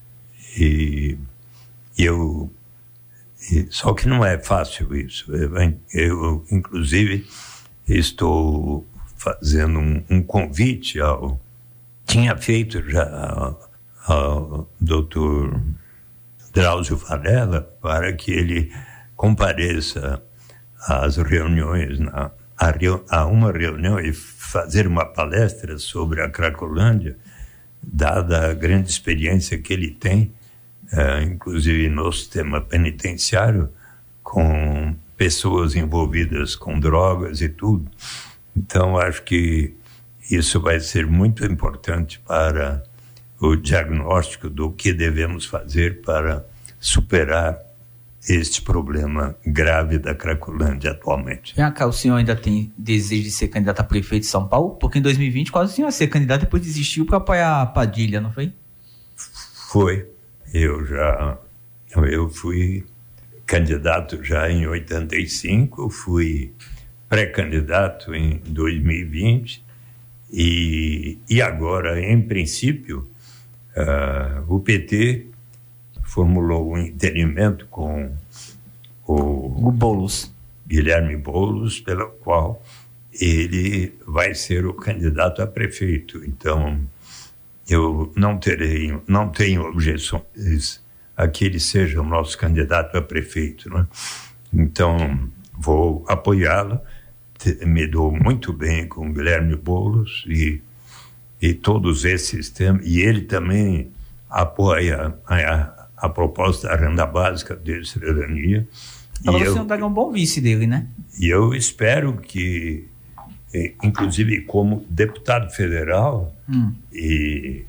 E eu... E, só que não é fácil isso. Eu, eu inclusive, estou fazendo um, um convite ao... Tinha feito já ao, ao doutor Drauzio Varela para que ele compareça às reuniões na a, a uma reunião e fazer uma palestra sobre a Cracolândia, dada a grande experiência que ele tem, uh, inclusive no sistema penitenciário, com pessoas envolvidas com drogas e tudo. Então, acho que isso vai ser muito importante para o diagnóstico do que devemos fazer para superar este problema grave da Cracolândia atualmente. Vem cá, o senhor ainda tem desejo de ser candidato a prefeito de São Paulo? Porque em dois mil e vinte quase o senhor ia ser candidato, depois desistiu para apoiar a Padilha, não foi? Foi. Eu já... Eu fui candidato já em oitenta e cinco, fui pré-candidato em dois mil e vinte e, e agora, em princípio, uh, o P T formulou um entendimento com o, o Boulos. Guilherme Boulos, pelo qual ele vai ser o candidato a prefeito. Então, eu não terei, não tenho objeções a que ele seja o nosso candidato a prefeito, né? Então, vou apoiá-lo. Me dou muito bem com o Guilherme Boulos e, e todos esses temas. E ele também apoia a, a, a proposta da renda básica de cidadania. Então, o senhor daria um bom vice dele, né? E eu espero que, inclusive como deputado federal hum. e,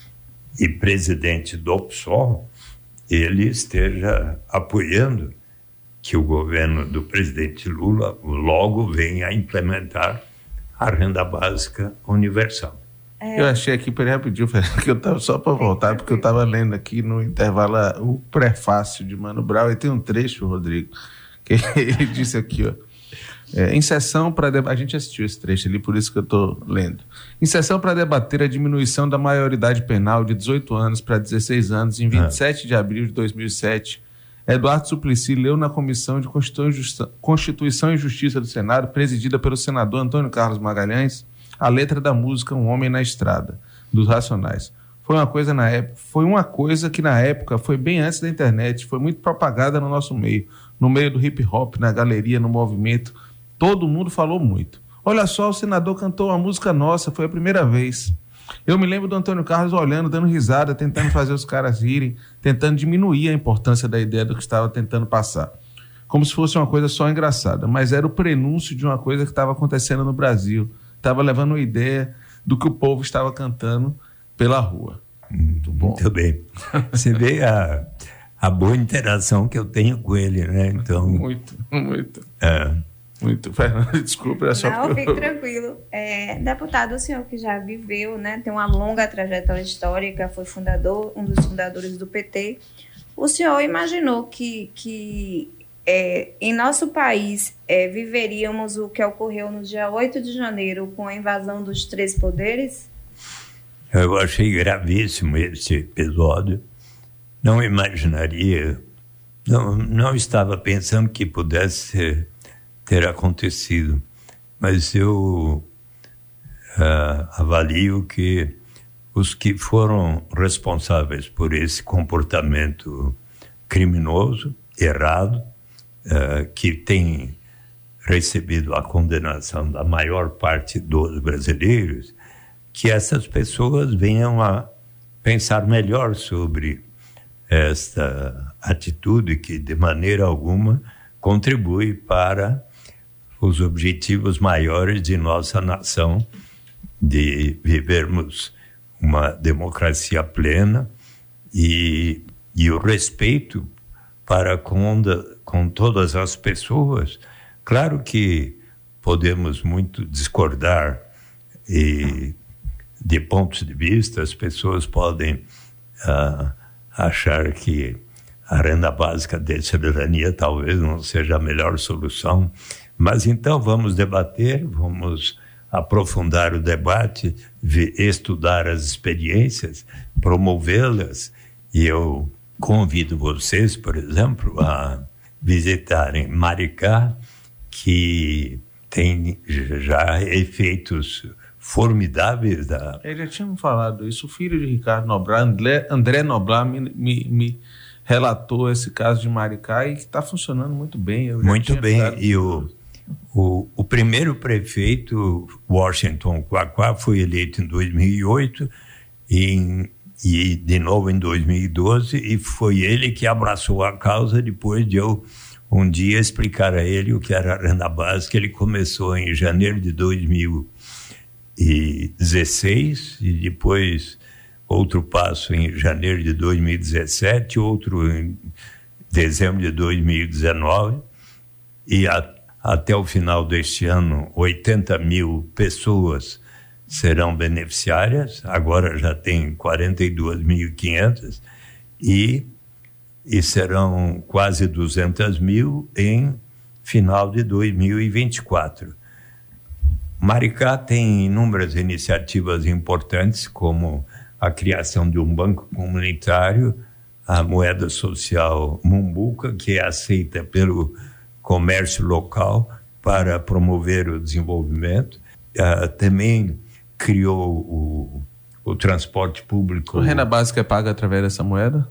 e presidente do P SOL, ele esteja apoiando que o governo do presidente Lula logo venha a implementar a renda básica universal. É. Eu achei aqui, peraí rapidinho, que eu estava só para voltar, porque eu estava lendo aqui no intervalo o prefácio de Mano Brown, e tem um trecho, Rodrigo, que ele disse aqui, ó, é, em sessão para debater, a gente assistiu esse trecho ali, por isso que eu estou lendo, em sessão para debater a diminuição da maioridade penal de dezoito anos para dezesseis anos, em vinte e sete ah. de abril de dois mil e sete, Eduardo Suplicy leu na Comissão de Constituição e Justiça do Senado, presidida pelo senador Antônio Carlos Magalhães, a letra da música Um Homem na Estrada, dos Racionais. Foi uma coisa na época, foi uma coisa que na época foi bem antes da internet, foi muito propagada no nosso meio, no meio do hip hop, na galeria, no movimento, todo mundo falou muito. Olha só, o senador cantou uma música nossa, foi a primeira vez. Eu me lembro do Antônio Carlos olhando, dando risada, tentando fazer os caras rirem, tentando diminuir a importância da ideia do que estava tentando passar. Como se fosse uma coisa só engraçada, mas era o prenúncio de uma coisa que estava acontecendo no Brasil. Estava levando uma ideia do que o povo estava cantando pela rua. Muito bom. Muito bem. Você vê a, a boa interação que eu tenho com ele, né? Então, muito, muito. É. Muito, Fernando, desculpa, é só Não, fique tranquilo. É, deputado, o senhor que já viveu, né, tem uma longa trajetória histórica, foi fundador, um dos fundadores do P T. O senhor imaginou que, que é, em nosso país é, viveríamos o que ocorreu no dia oito de janeiro com a invasão dos três poderes? Eu achei gravíssimo esse episódio. Não imaginaria, não, não estava pensando que pudesse ter acontecido, mas eu uh, avalio que os que foram responsáveis por esse comportamento criminoso, errado, uh, que tem recebido a condenação da maior parte dos brasileiros, que essas pessoas venham a pensar melhor sobre esta atitude que, de maneira alguma, contribui para os objetivos maiores de nossa nação, de vivermos uma democracia plena e, e o respeito para com, com todas as pessoas. Claro que podemos muito discordar e, de pontos de vista, as pessoas podem uh, achar que a renda básica de cidadania talvez não seja a melhor solução, mas então vamos debater, vamos aprofundar o debate, estudar as experiências, promovê-las, e eu convido vocês, por exemplo, a visitarem Maricá, que tem já efeitos formidáveis da... Eu já tínhamos falado isso, o filho de Ricardo Noblar, André, André Noblar, me, me, me relatou esse caso de Maricá e que está funcionando muito bem. Eu muito bem, e o, O, o primeiro prefeito, Washington Quaquá, foi eleito em dois mil e oito e, em, e de novo em dois mil e doze, e foi ele que abraçou a causa depois de eu um dia explicar a ele o que era a renda básica. Ele começou em janeiro de dois mil e dezesseis e depois outro passo em janeiro de dois mil e dezessete, outro em dezembro de dois mil e dezenove, e a, até o final deste ano oitenta mil pessoas serão beneficiárias. Agora já tem quarenta e dois mil e quinhentas e, e serão quase duzentas mil em final de dois mil e vinte e quatro. Maricá tem inúmeras iniciativas importantes, como a criação de um banco comunitário, a moeda social Mumbuca, que é aceita pelo comércio local para promover o desenvolvimento. Uh, também criou o, o transporte público. O renda básica é paga através dessa moeda?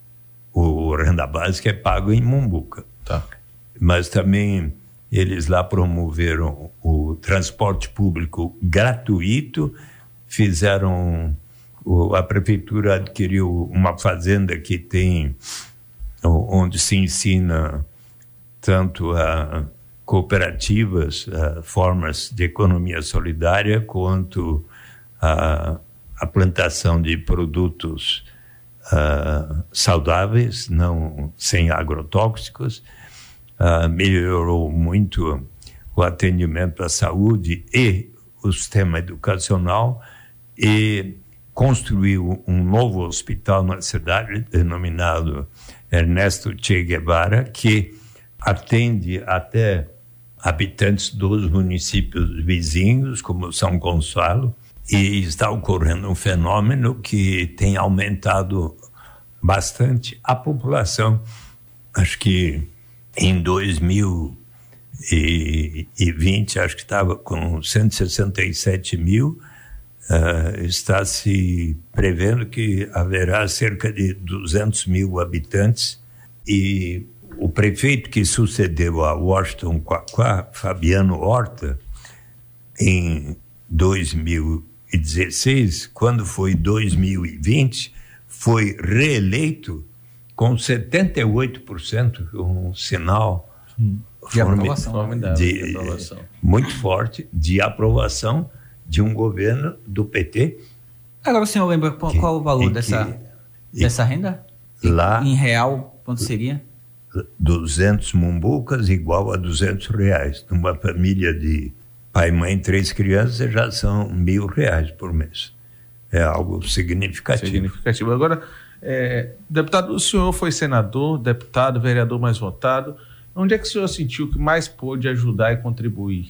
O renda básica é pago em Mumbuca. Tá. Mas também eles lá promoveram o transporte público gratuito, fizeram... A prefeitura adquiriu uma fazenda que tem, onde se ensina tanto a cooperativas, a formas de economia solidária, quanto a, a plantação de produtos uh, saudáveis, não sem agrotóxicos. Uh, melhorou muito o atendimento à saúde e o sistema educacional, e construiu um novo hospital na cidade, denominado Ernesto Che Guevara, que atende até habitantes dos municípios vizinhos, como São Gonçalo, e está ocorrendo um fenômeno que tem aumentado bastante a população. Acho que em dois mil e vinte, acho que estava com cento e sessenta e sete mil, Uh, está se prevendo que haverá cerca de duzentos mil habitantes, e o prefeito que sucedeu a Washington Quaquá, Fabiano Horta, em dois mil e dezesseis, quando foi dois mil e vinte, foi reeleito com setenta e oito por cento, um sinal hum. de aprovação, de, de aprovação. muito forte de aprovação de um governo do P T. Agora o senhor lembra qual, que, qual o valor dessa, que, dessa renda? Lá, em real, quanto seria? duzentos mumbucas igual a duzentos reais. Numa família de pai, mãe, três crianças, já são mil reais por mês. É algo significativo. Significativo. Agora, é, deputado, o senhor foi senador, deputado, vereador mais votado. Onde é que o senhor sentiu que mais pôde ajudar e contribuir?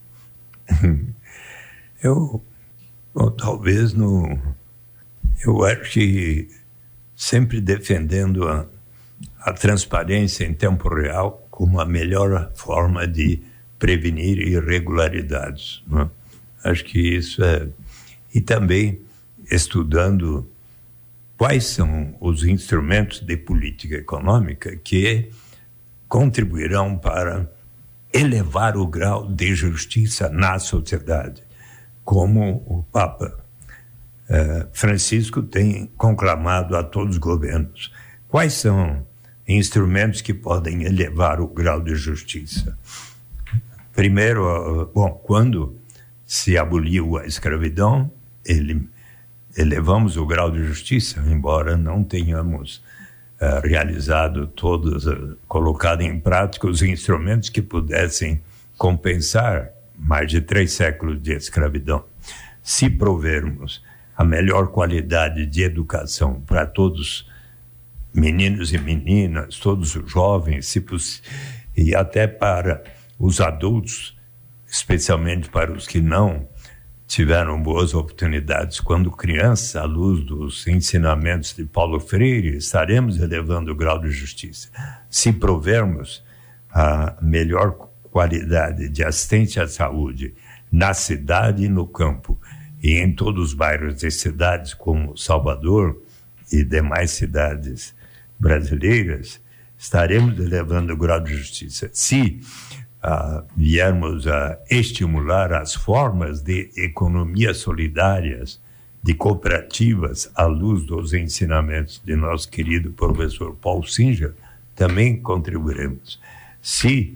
Eu, bom, talvez no... Eu acho que sempre defendendo a, a transparência em tempo real como a melhor forma de prevenir irregularidades, né? Acho que isso é... E também estudando quais são os instrumentos de política econômica que contribuirão para elevar o grau de justiça na sociedade, como o Papa eh, Francisco tem conclamado a todos os governos. Quais são instrumentos que podem elevar o grau de justiça? Primeiro, bom, quando se aboliu a escravidão, ele, elevamos o grau de justiça, embora não tenhamos uh, realizado todos, uh, colocado em prática os instrumentos que pudessem compensar mais de três séculos de escravidão. Se provermos a melhor qualidade de educação para todos, meninos e meninas, todos os jovens, se poss... e até para os adultos, especialmente para os que não tiveram boas oportunidades quando crianças, à luz dos ensinamentos de Paulo Freire, estaremos elevando o grau de justiça. Se provermos a melhor qualidade de assistência à saúde na cidade e no campo, e em todos os bairros de cidades como Salvador e demais cidades brasileiras, estaremos elevando o grau de justiça. Se uh, viermos a estimular as formas de economia solidárias, de cooperativas, à luz dos ensinamentos de nosso querido professor Paul Singer, também contribuiremos. Se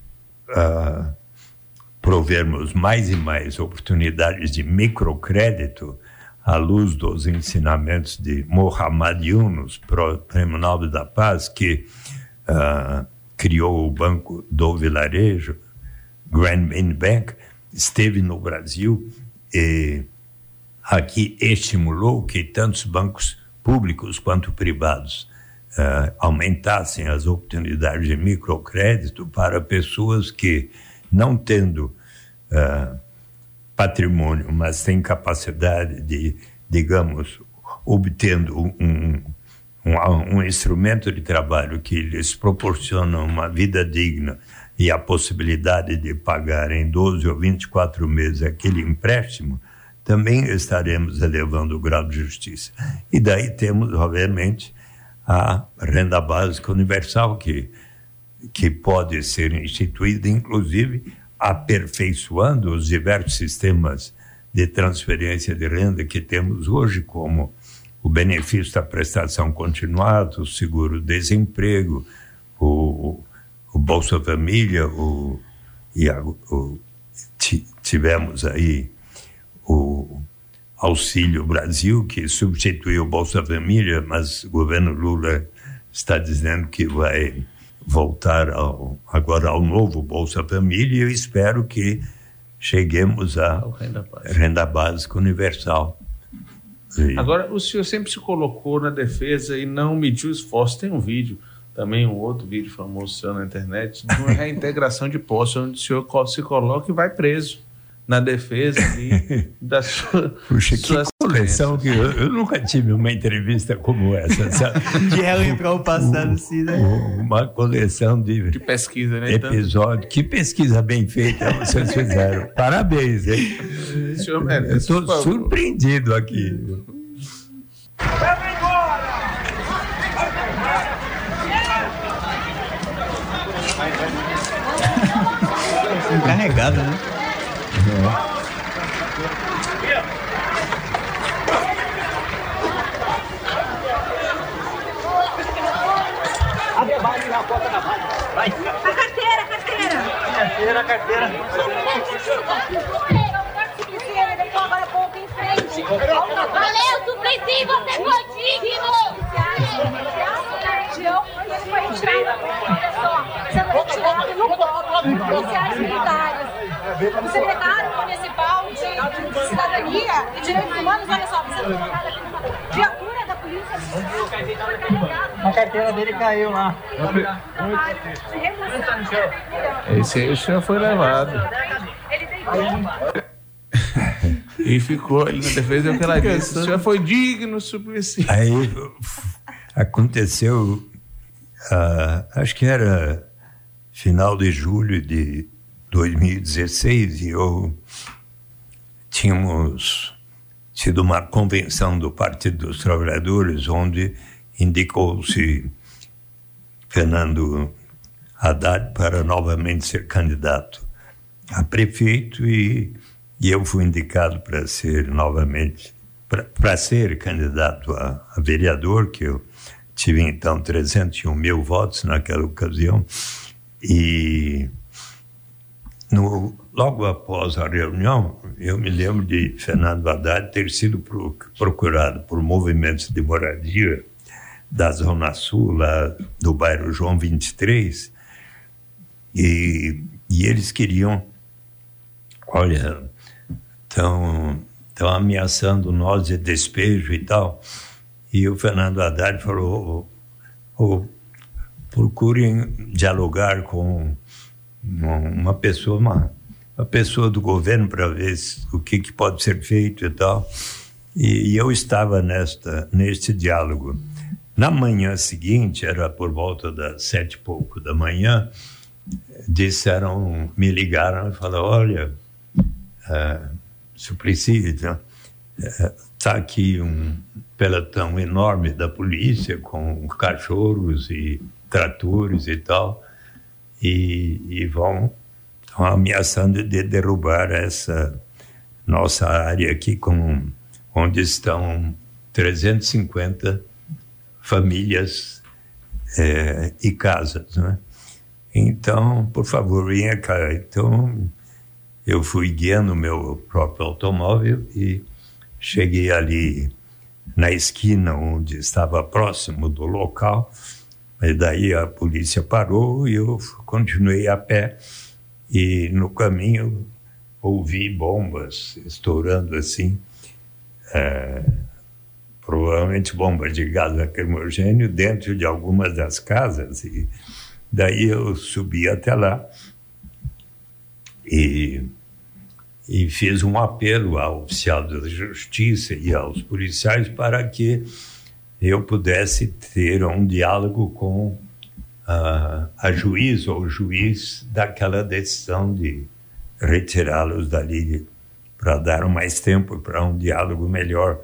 uh, provermos mais e mais oportunidades de microcrédito, à luz dos ensinamentos de Muhammad Yunus, Prêmio Nobel da Paz, que uh, criou o Banco do Vilarejo, Grand Main Bank, esteve no Brasil e aqui estimulou que tantos bancos públicos quanto privados uh, aumentassem as oportunidades de microcrédito para pessoas que, não tendo uh, patrimônio, mas têm capacidade de, digamos, obtendo um, um, um instrumento de trabalho que lhes proporciona uma vida digna e a possibilidade de pagar em doze ou vinte e quatro meses aquele empréstimo, também estaremos elevando o grau de justiça. E daí temos, obviamente, a renda básica universal, que, que pode ser instituída, inclusive, aperfeiçoando os diversos sistemas de transferência de renda que temos hoje, como o benefício da prestação continuada, o seguro-desemprego, o, o Bolsa Família, o, e a, o, tivemos aí o Auxílio Brasil, que substituiu o Bolsa Família, mas o governo Lula está dizendo que vai voltar ao, agora ao novo Bolsa Família, e eu espero que cheguemos à renda básica, renda básica universal. E... Agora, o senhor sempre se colocou na defesa e não mediu esforço. Tem um vídeo, também um outro vídeo famoso seu na internet, de uma reintegração de posse, onde o senhor se coloca e vai preso na defesa e da sua... Puxa, que coleção que eu, eu nunca tive uma entrevista como essa, sabe? De relembrar o passado, assim, né? Uma coleção de, de pesquisa, né? Episódio. Que pesquisa bem feita vocês fizeram. Parabéns, hein? Senhor Mendes, eu estou surpreendido aqui. Vamos embora! Encarregado, né? É. A debate na porta da base. Vai. A carteira, a carteira. Carteira, carteira. Agora um pouco em frente. Valeu, Suplicy, você foi digno! Ele foi retirado, olha só, sendo retirado no bloco policiais militares. O secretário municipal de, de cidadania e direitos humanos, olha só, você foi colocado aqui numa viatura da polícia. A carteira dele caiu lá. Esse aí o senhor foi levado. E ficou, ele na defesa do que ela disse. O senhor foi digno, Suplicy. Aí aconteceu, uh, acho que era final de julho de dois mil e dezesseis, e eu tínhamos tido uma convenção do Partido dos Trabalhadores, onde indicou-se Fernando Haddad para novamente ser candidato a prefeito, e, e eu fui indicado para ser novamente, para ser candidato a, a vereador, que eu tive então trezentos e um mil votos naquela ocasião, e no, logo após a reunião, eu me lembro de Fernando Haddad ter sido pro, procurado por movimentos de moradia da Zona Sul, lá do bairro João vinte e três, e, e eles queriam, olha, estão estão ameaçando nós de despejo e tal. E o Fernando Haddad falou, oh, oh, procurem dialogar com uma pessoa, uma, uma pessoa do governo para ver o que, que pode ser feito e tal. E, e eu estava nesta, neste diálogo. Na manhã seguinte, era por volta das sete e pouco da manhã, disseram, me ligaram e falaram, olha, uh, Suplicy, está uh, aqui um pelotão enorme da polícia com cachorros e tratores e tal, e, e vão estão ameaçando de derrubar essa nossa área aqui, com, onde estão trezentas e cinquenta famílias é, e casas, né? Então, por favor, venha cá. Então, eu fui guiando o meu próprio automóvel e cheguei ali na esquina onde estava próximo do local, e daí a polícia parou e eu continuei a pé, e no caminho ouvi bombas estourando assim, é, provavelmente bombas de gás lacrimogêneo dentro de algumas das casas, e daí eu subi até lá e, e fiz um apelo ao oficial da justiça e aos policiais para que eu pudesse ter um diálogo com a, a juiz ou o juiz daquela decisão de retirá-los dali, para dar mais tempo para um diálogo melhor.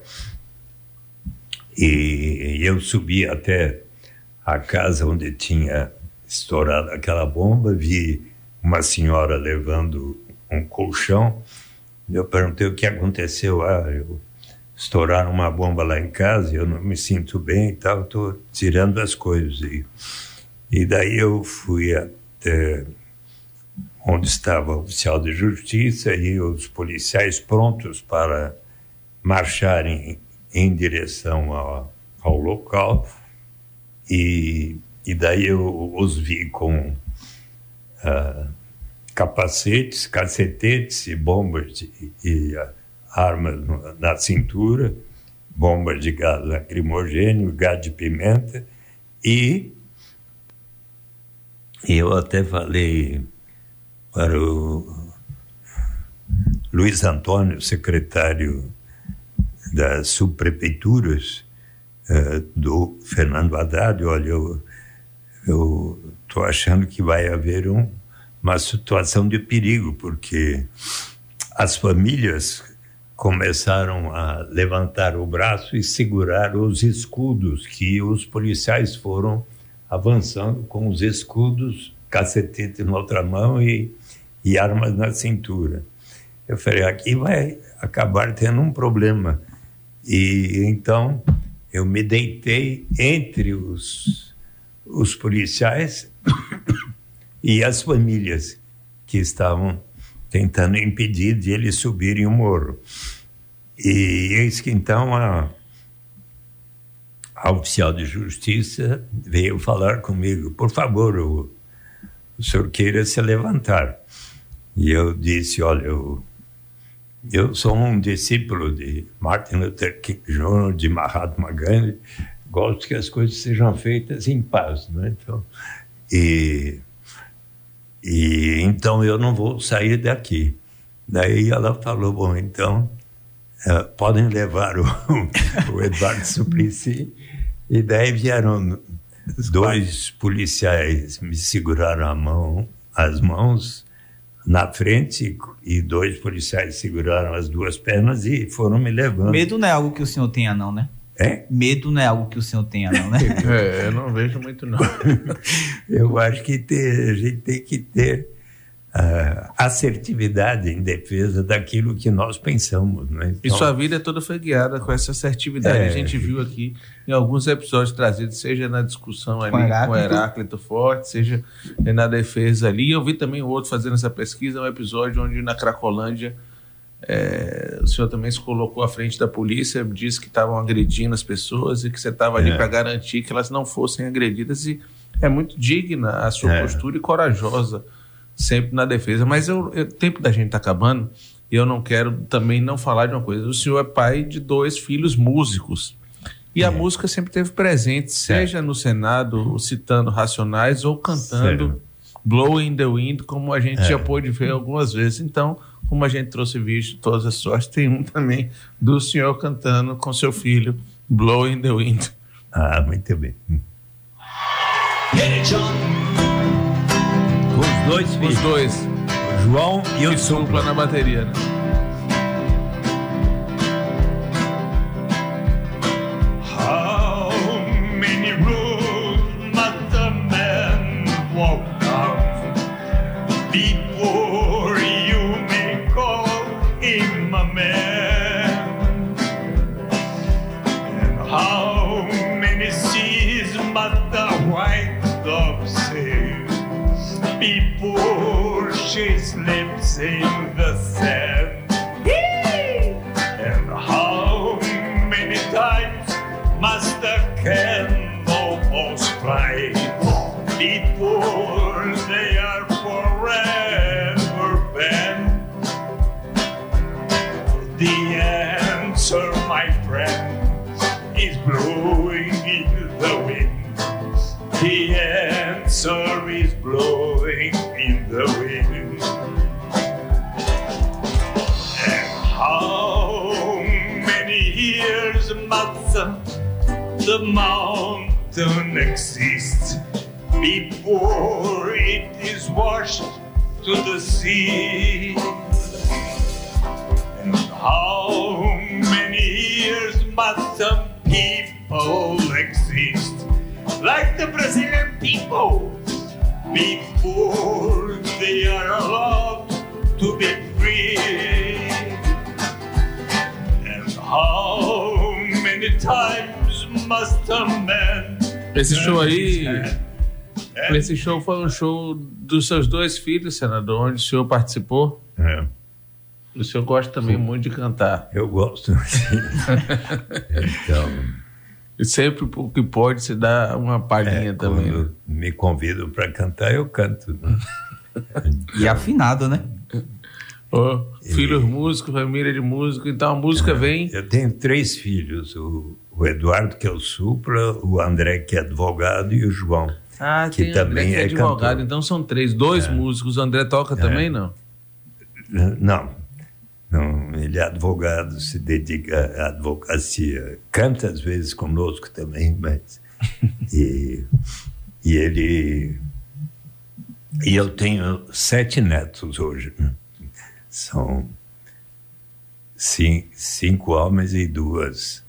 E eu subi até a casa onde tinha estourado aquela bomba, vi uma senhora levando um colchão. Eu perguntei o que aconteceu. Ah, eu estouraram uma bomba lá em casa, eu não me sinto bem e tal, estou tirando as coisas. E, e daí eu fui até onde estava o oficial de justiça e os policiais prontos para marcharem em direção ao, ao local, e, e daí eu os vi com uh, capacetes, cacetetes e bombas de, e uh, armas na cintura, bombas de gás lacrimogêneo, gás de pimenta, e eu até falei para o Luiz Antônio, secretário das subprefeituras uh, do Fernando Haddad, olha, eu estou achando que vai haver um, uma situação de perigo, porque as famílias começaram a levantar o braço e segurar os escudos, que os policiais foram avançando com os escudos, cacetete na outra mão e, e armas na cintura. Eu falei, aqui vai acabar tendo um problema. E então eu me deitei entre os, os policiais e as famílias que estavam tentando impedir de eles subirem o morro. E eis que então a, a oficial de justiça veio falar comigo, por favor, o, o senhor queira se levantar. E eu disse, olha, eu, eu sou um discípulo de Martin Luther King Júnior, de Mahatma Gandhi, gosto que as coisas sejam feitas em paz, né? Então, e, e então eu não vou sair daqui. Daí ela falou, bom, então uh, podem levar o, o Eduardo Suplicy. E daí vieram dois policiais, me seguraram a mão, as mãos na frente, e dois policiais seguraram as duas pernas e foram me levando. Medo não é algo que o senhor tenha, não, né? É? Medo não é algo que o senhor tenha, não, né? É, eu não vejo muito, não. Eu acho que ter, a gente tem que ter uh, assertividade em defesa daquilo que nós pensamos, né? Então, e sua vida toda foi guiada com essa assertividade. É. A gente viu aqui em alguns episódios trazidos, seja na discussão ali com, Heráclito. com Heráclito Forte, seja na defesa ali. Eu vi também o outro fazendo essa pesquisa, um episódio onde na Cracolândia é, o senhor também se colocou à frente da polícia, disse que estavam agredindo as pessoas e que você estava ali é. para garantir que elas não fossem agredidas, e é muito digna a sua é. postura e corajosa sempre na defesa. Mas eu, eu, o tempo da gente está acabando e eu não quero também não falar de uma coisa. O senhor é pai de dois filhos músicos e é. a música sempre esteve presente, seja é. no Senado citando Racionais ou cantando Sério? Blowing the Wind, como a gente é. já pôde ver algumas vezes. Então, como a gente trouxe vídeo de todas as sortes, tem um também do senhor cantando com seu filho Blowing the Wind. Ah, muito bem. Hey, John. Os dois filhos. Os dois. O João e o Supla na bateria, né? How many roads must a man walk down before you may call him a man. And how many seas must the white dove sail before she slips in the sand? And how many times must the cannonballs strike before they are forever banned? The answer, my friend, is blowing in the wind. The answer is blowing in the wind. And how many years must the mountain exist before it is washed to the sea? And how many years must some people exist, like the Brazilian people, before they are allowed to be free? And how many times must a man... Esse show aí, esse show foi um show dos seus dois filhos, senador, onde o senhor participou. É. O senhor gosta também Sim. muito de cantar. Eu gosto, sim. Então... E sempre o que pode se dá uma palhinha é, também. Quando né? me convidam para cantar, eu canto. Né? E afinado, né? Oh, filhos e... músicos, família de músicos, então a música é, vem... Eu tenho três filhos, o, o Eduardo, que é o supla, o André, que é advogado, e o João, ah, que tem também André, que é, é advogado, cantor. Então são três, dois é. músicos. O André toca é. também, não? Não. Não, ele é advogado, se dedica à advocacia, canta às vezes conosco também, mas e, e ele e eu tenho sete netos hoje, são cinco, cinco homens e duas,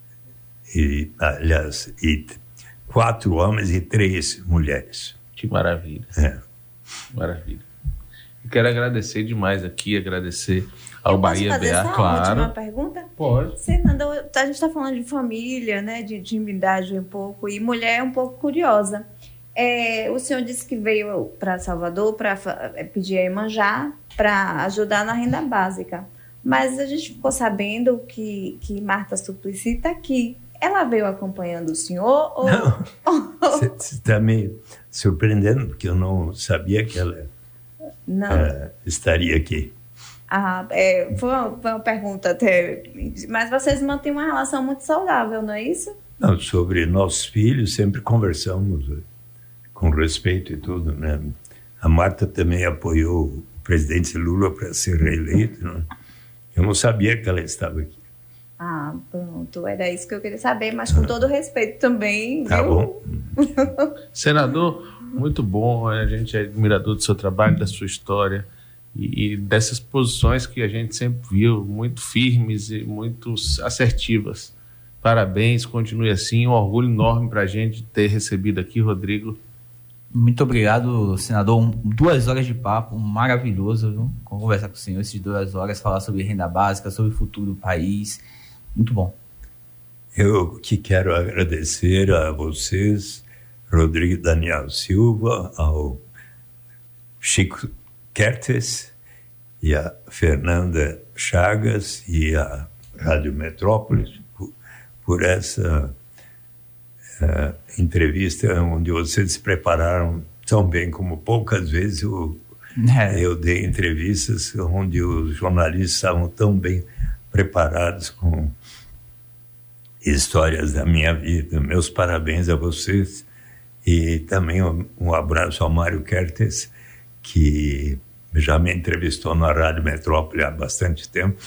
e, aliás, e quatro homens e três mulheres. Que maravilha! É. Maravilha. Eu quero agradecer demais aqui, agradecer ao Eu Bahia posso fazer B A, só claro. Uma última pergunta? Pode. Senador, a gente está falando de família, né, de intimidade um pouco, e mulher é um pouco curiosa. É, o senhor disse que veio para Salvador para pedir a Iemanjá para ajudar na renda básica, mas a gente ficou sabendo que, que Marta Suplicy está aqui. Ela veio acompanhando o senhor? Ou... Não, você está me surpreendendo, porque eu não sabia que ela não. Uh, estaria aqui. Ah, é, foi, uma, foi uma pergunta até... Mas vocês mantêm uma relação muito saudável, não é isso? Não, sobre nossos filhos sempre conversamos com respeito e tudo, né? A Marta também apoiou o presidente Lula para ser reeleito, né? Eu não sabia que ela estava aqui. Ah, pronto, era isso que eu queria saber, mas com todo respeito também, tá viu? Bom. Senador, muito bom, a gente é admirador do seu trabalho, da sua história e, e dessas posições que a gente sempre viu, muito firmes e muito assertivas. Parabéns, continue assim, um orgulho enorme para a gente ter recebido aqui, Rodrigo. Muito obrigado, senador. Um, duas horas de papo, maravilhoso, viu? Conversar com o senhor essas duas horas, falar sobre renda básica, sobre o futuro do país. Muito bom. Eu que quero agradecer a vocês, Rodrigo Daniel Silva, ao Chico Kertes e a Fernanda Chagas e a Rádio Metrópolis por, por essa uh, entrevista onde vocês se prepararam tão bem como poucas vezes eu, é. eu dei entrevistas onde os jornalistas estavam tão bem preparados com histórias da minha vida. Meus parabéns a vocês e também um, um abraço ao Mário Kertes, que já me entrevistou na Rádio Metrópole há bastante tempo,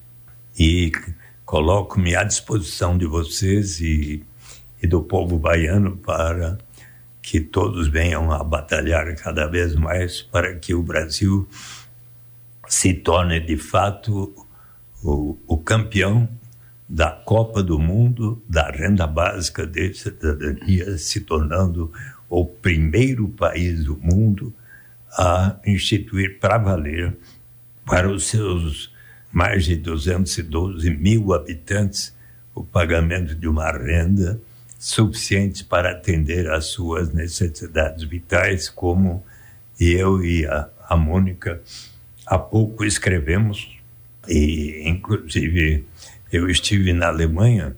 e coloco-me à disposição de vocês e, e do povo baiano para que todos venham a batalhar cada vez mais para que o Brasil se torne de fato o, o campeão da Copa do Mundo, da renda básica de cidadania, se tornando o primeiro país do mundo a instituir para valer, para os seus mais de duzentos e doze mil habitantes, o pagamento de uma renda suficiente para atender às suas necessidades vitais, como eu e a, a Mônica há pouco escrevemos. E, inclusive, eu estive na Alemanha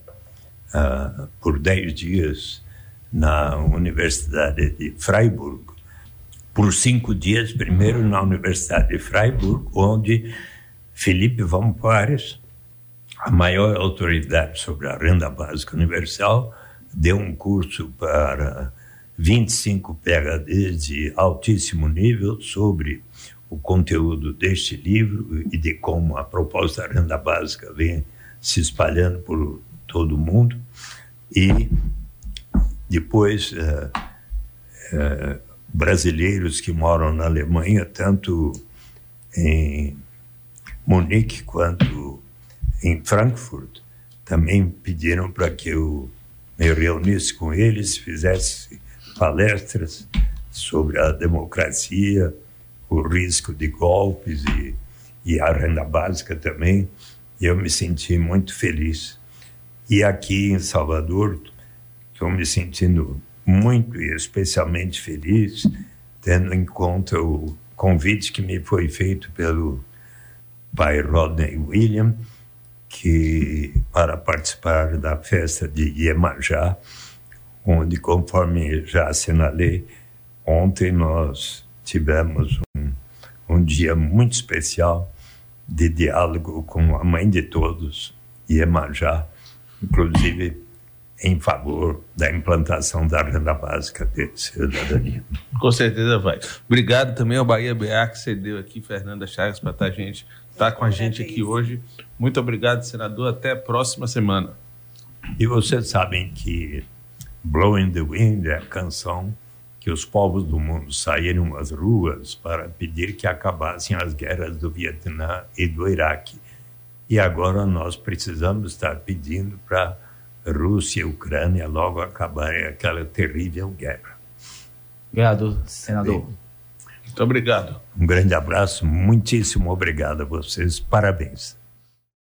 uh, por dez dias na Universidade de Freiburg, por cinco dias, primeiro na Universidade de Freiburg, onde Felipe von Pares, a maior autoridade sobre a renda básica universal, deu um curso para vinte e cinco P H Ds de altíssimo nível sobre o conteúdo deste livro e de como a proposta da renda básica vem se espalhando por todo o mundo. E depois, uh, uh, brasileiros que moram na Alemanha, tanto em Munique quanto em Frankfurt, também pediram para que eu me reunisse com eles, fizesse palestras sobre a democracia, o risco de golpes e, e a renda básica também. E eu me senti muito feliz. E aqui em Salvador, estou me sentindo muito e especialmente feliz, tendo em conta o convite que me foi feito pelo pai Rodney William, que, para participar da festa de Iemanjá, onde, conforme já assinalei, ontem nós tivemos um, um dia muito especial de diálogo com a mãe de todos, Iemanjá, inclusive em favor da implantação da renda básica de cidadania. Com certeza vai. Obrigado também ao Bahia B A, que cedeu aqui, Fernanda Chagas, para estar gente, tá com a gente aqui hoje. Muito obrigado, senador. Até a próxima semana. E vocês sabem que Blowing the Wind é a canção que os povos do mundo saíram às ruas para pedir que acabassem as guerras do Vietnã e do Iraque. E agora nós precisamos estar pedindo para Rússia e Ucrânia logo acabarem aquela terrível guerra. Obrigado, senador. Bem, muito obrigado. Um grande abraço, muitíssimo obrigado a vocês, parabéns.